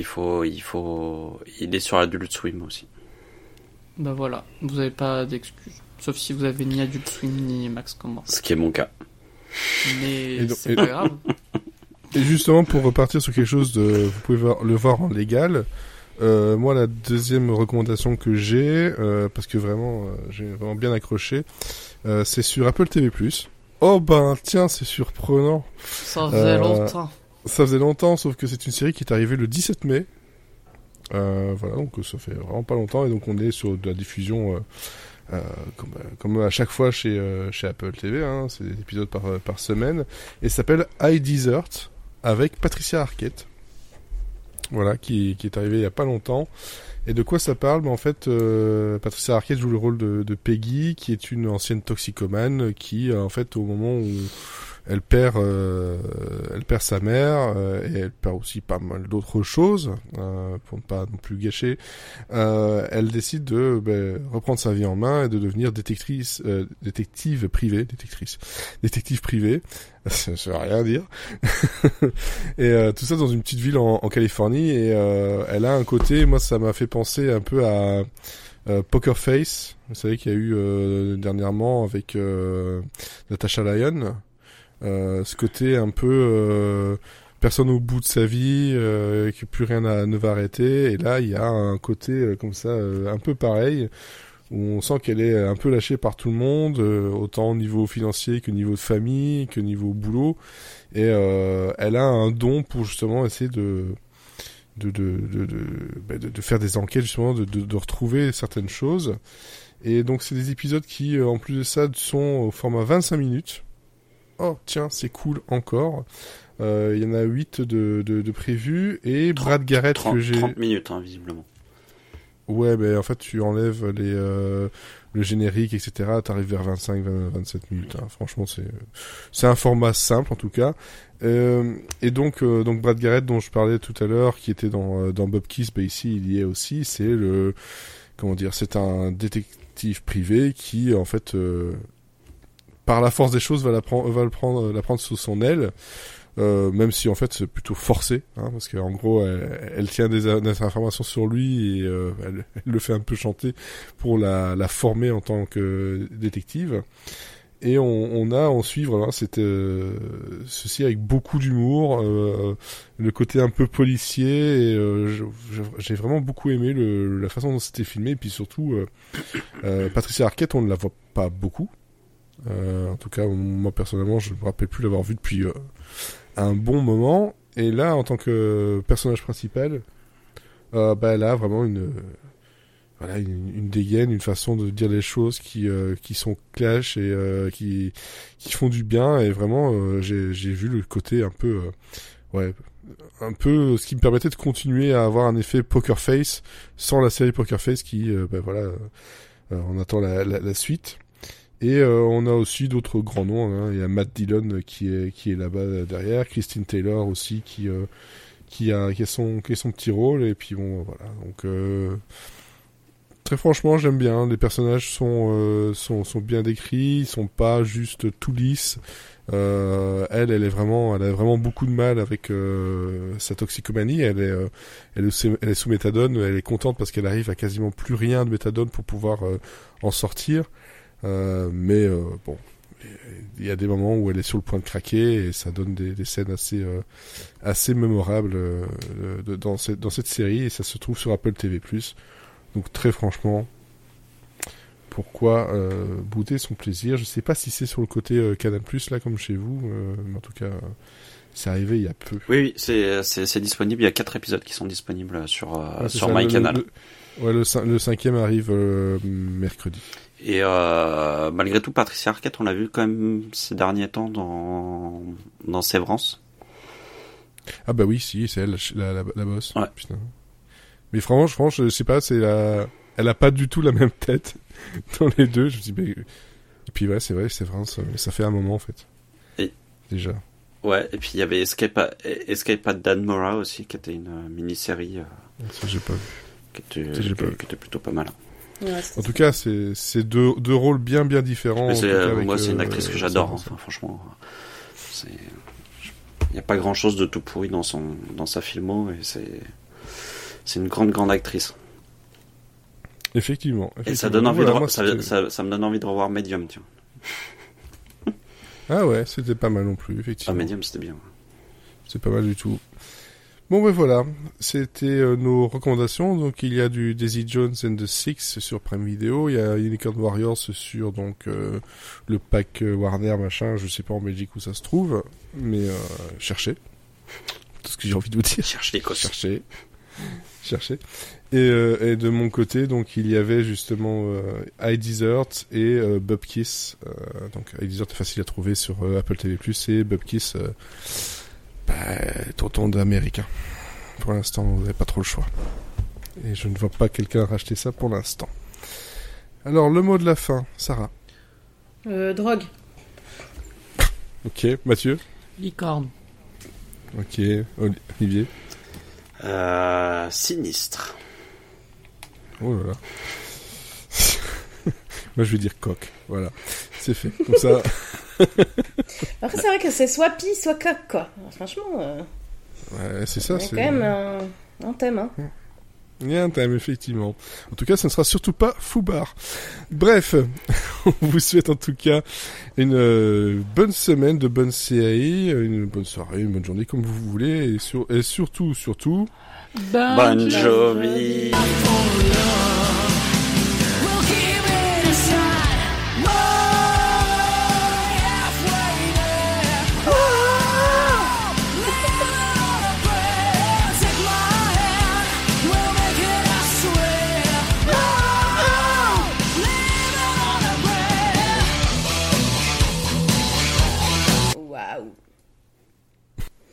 [SPEAKER 3] est sur Adult Swim aussi.
[SPEAKER 4] Bah voilà, vous avez pas d'excuses. Sauf si vous avez ni Adult Swim ni Max comme moi.
[SPEAKER 3] Ce qui est mon cas.
[SPEAKER 4] Mais c'est pas grave.
[SPEAKER 1] Et justement, pour repartir sur quelque chose vous pouvez le voir en légal, moi, la deuxième recommandation que j'ai, parce que vraiment, j'ai vraiment bien accroché, c'est sur Apple TV+. Oh ben, tiens, c'est surprenant.
[SPEAKER 4] Ça faisait longtemps.
[SPEAKER 1] Ça faisait longtemps, sauf que c'est une série qui est arrivée le 17 mai. Voilà, donc ça fait vraiment pas longtemps, et donc on est sur de la diffusion... comme à chaque fois chez Apple TV, hein, c'est des épisodes par semaine, et ça s'appelle I Desert, avec Patricia Arquette. Voilà, qui est arrivé il y a pas longtemps. Et de quoi ça parle? En fait, Patricia Arquette joue le rôle de Peggy, qui est une ancienne toxicomane, qui en fait, au moment où elle perd sa mère, et elle perd aussi pas mal d'autres choses, pour ne pas non plus gâcher. Elle décide de reprendre sa vie en main et de devenir détective privée. Ça veut rien dire. Et tout ça dans une petite ville en Californie. Et elle a un côté, moi ça m'a fait penser un peu à Poker Face. Vous savez qu'il y a eu dernièrement avec Natasha Lyonne. Ce côté un peu personne au bout de sa vie, que plus rien ne va arrêter. Et là, il y a un côté comme ça, un peu pareil, où on sent qu'elle est un peu lâchée par tout le monde, autant au niveau financier que au niveau de famille, que au niveau boulot. Et elle a un don pour justement essayer de faire des enquêtes, justement, de retrouver certaines choses. Et donc, c'est des épisodes qui, en plus de ça, sont au format 25 minutes. Oh, tiens, c'est cool encore. Il y en a 8 de prévus. Et Brad Garrett que j'ai...
[SPEAKER 3] 30 minutes, hein, visiblement.
[SPEAKER 1] Ouais, mais en fait, tu enlèves le générique, etc. T'arrives vers 25-27 minutes. Hein. Franchement, c'est un format simple, en tout cas. Et donc Brad Garrett, dont je parlais tout à l'heure, qui était dans Bob Kiss, ici, il y est aussi. C'est c'est un détective privé qui, en fait... par la force des choses, va la prendre sous son aile, même si en fait c'est plutôt forcé, hein, parce qu'en gros elle tient des informations sur lui et elle le fait un peu chanter pour la former en tant que détective. Et on suit vraiment ceci avec beaucoup d'humour, le côté un peu policier. Et j'ai vraiment beaucoup aimé la façon dont c'était filmé, et puis surtout Patricia Arquette, on ne la voit pas beaucoup. En tout cas, moi personnellement, je me rappelle plus l'avoir vue depuis un bon moment. Et là, en tant que personnage principal, elle a vraiment une dégaine, une façon de dire les choses qui sont clash et qui font du bien. Et vraiment, j'ai vu le côté un peu ce qui me permettait de continuer à avoir un effet Poker Face sans la série Poker Face qui on attend la suite. Et on a aussi d'autres grands noms, hein. Il y a Matt Dillon qui est là-bas derrière, Christine Taylor aussi qui a son petit rôle. Et puis bon, voilà. Donc très franchement, j'aime bien. Les personnages sont bien décrits, ils sont pas juste tout lisses. Elle a vraiment beaucoup de mal avec sa toxicomanie. Elle est sous méthadone. Elle est contente parce qu'elle arrive à quasiment plus rien de méthadone pour pouvoir en sortir. Mais bon, il y a des moments où elle est sur le point de craquer et ça donne des scènes assez mémorables dans cette série, et ça se trouve sur Apple TV+. Donc très franchement, pourquoi bouder son plaisir? Je sais pas si c'est sur le côté Canal+, là, comme chez vous, mais en tout cas, c'est arrivé il y a peu.
[SPEAKER 3] Oui, c'est disponible. Il y a 4 épisodes qui sont disponibles sur MyCanal.
[SPEAKER 1] Le 5e arrive mercredi.
[SPEAKER 3] Et malgré tout, Patricia Arquette, on l'a vu quand même ces derniers temps dans Sévrance.
[SPEAKER 1] Ah bah oui, si, c'est elle, la boss.
[SPEAKER 3] Ouais.
[SPEAKER 1] Putain. Mais franchement, je sais pas, elle a pas du tout la même tête dans les deux. Je me dis, et puis ouais, c'est vrai, Sévrance, ça fait un moment en fait.
[SPEAKER 3] Et...
[SPEAKER 1] déjà.
[SPEAKER 3] Ouais, et puis il y avait Escape at Danmora aussi, qui était une mini-série.
[SPEAKER 1] Ça, j'ai pas vu.
[SPEAKER 3] Qui était plutôt pas mal.
[SPEAKER 2] Ouais,
[SPEAKER 1] en tout cas, c'est deux rôles bien différents.
[SPEAKER 3] Moi, c'est une actrice que j'adore. Enfin, franchement, il n'y a pas grand-chose de tout pourri dans sa filmo, et c'est une grande actrice.
[SPEAKER 1] Effectivement.
[SPEAKER 3] Et ça donne envie ça me donne envie de revoir Medium, tiens.
[SPEAKER 1] Ah ouais, c'était pas mal non plus, effectivement.
[SPEAKER 3] Ah, Medium, c'était bien.
[SPEAKER 1] C'est pas mal du tout. Bon ben voilà, c'était nos recommandations. Donc il y a du Daisy Jones and the Six sur Prime Video, il y a Unicorn Warriors sur donc le pack Warner machin, je sais pas en Belgique où ça se trouve, mais cherchez. Tout ce que j'ai envie de vous dire.
[SPEAKER 3] Cherchez.
[SPEAKER 1] Et de mon côté, donc il y avait justement I Desert et Bob Kiss. Donc I Desert est facile à trouver sur Apple TV+, et Bob Kiss tonton d'américain. Pour l'instant, vous n'avez pas trop le choix. Et je ne vois pas quelqu'un racheter ça pour l'instant. Alors, le mot de la fin, Sarah.
[SPEAKER 2] Drogue.
[SPEAKER 1] Ok, Mathieu.
[SPEAKER 4] Licorne.
[SPEAKER 1] Ok, Olivier.
[SPEAKER 3] Sinistre.
[SPEAKER 1] Oh là là. Moi, je vais dire coq. Voilà, c'est fait. Comme ça.
[SPEAKER 2] Après, c'est vrai que c'est soit pie, soit coq, quoi. Alors, franchement,
[SPEAKER 1] Ouais, c'est ça.
[SPEAKER 2] il y a quand même un thème, hein.
[SPEAKER 1] Il y a un thème, effectivement. En tout cas, ce ne sera surtout pas Foubar. Bref, on vous souhaite en tout cas une bonne semaine, de bonnes séries, une bonne soirée, une bonne journée, comme vous voulez. Et surtout...
[SPEAKER 3] Bon Jovi.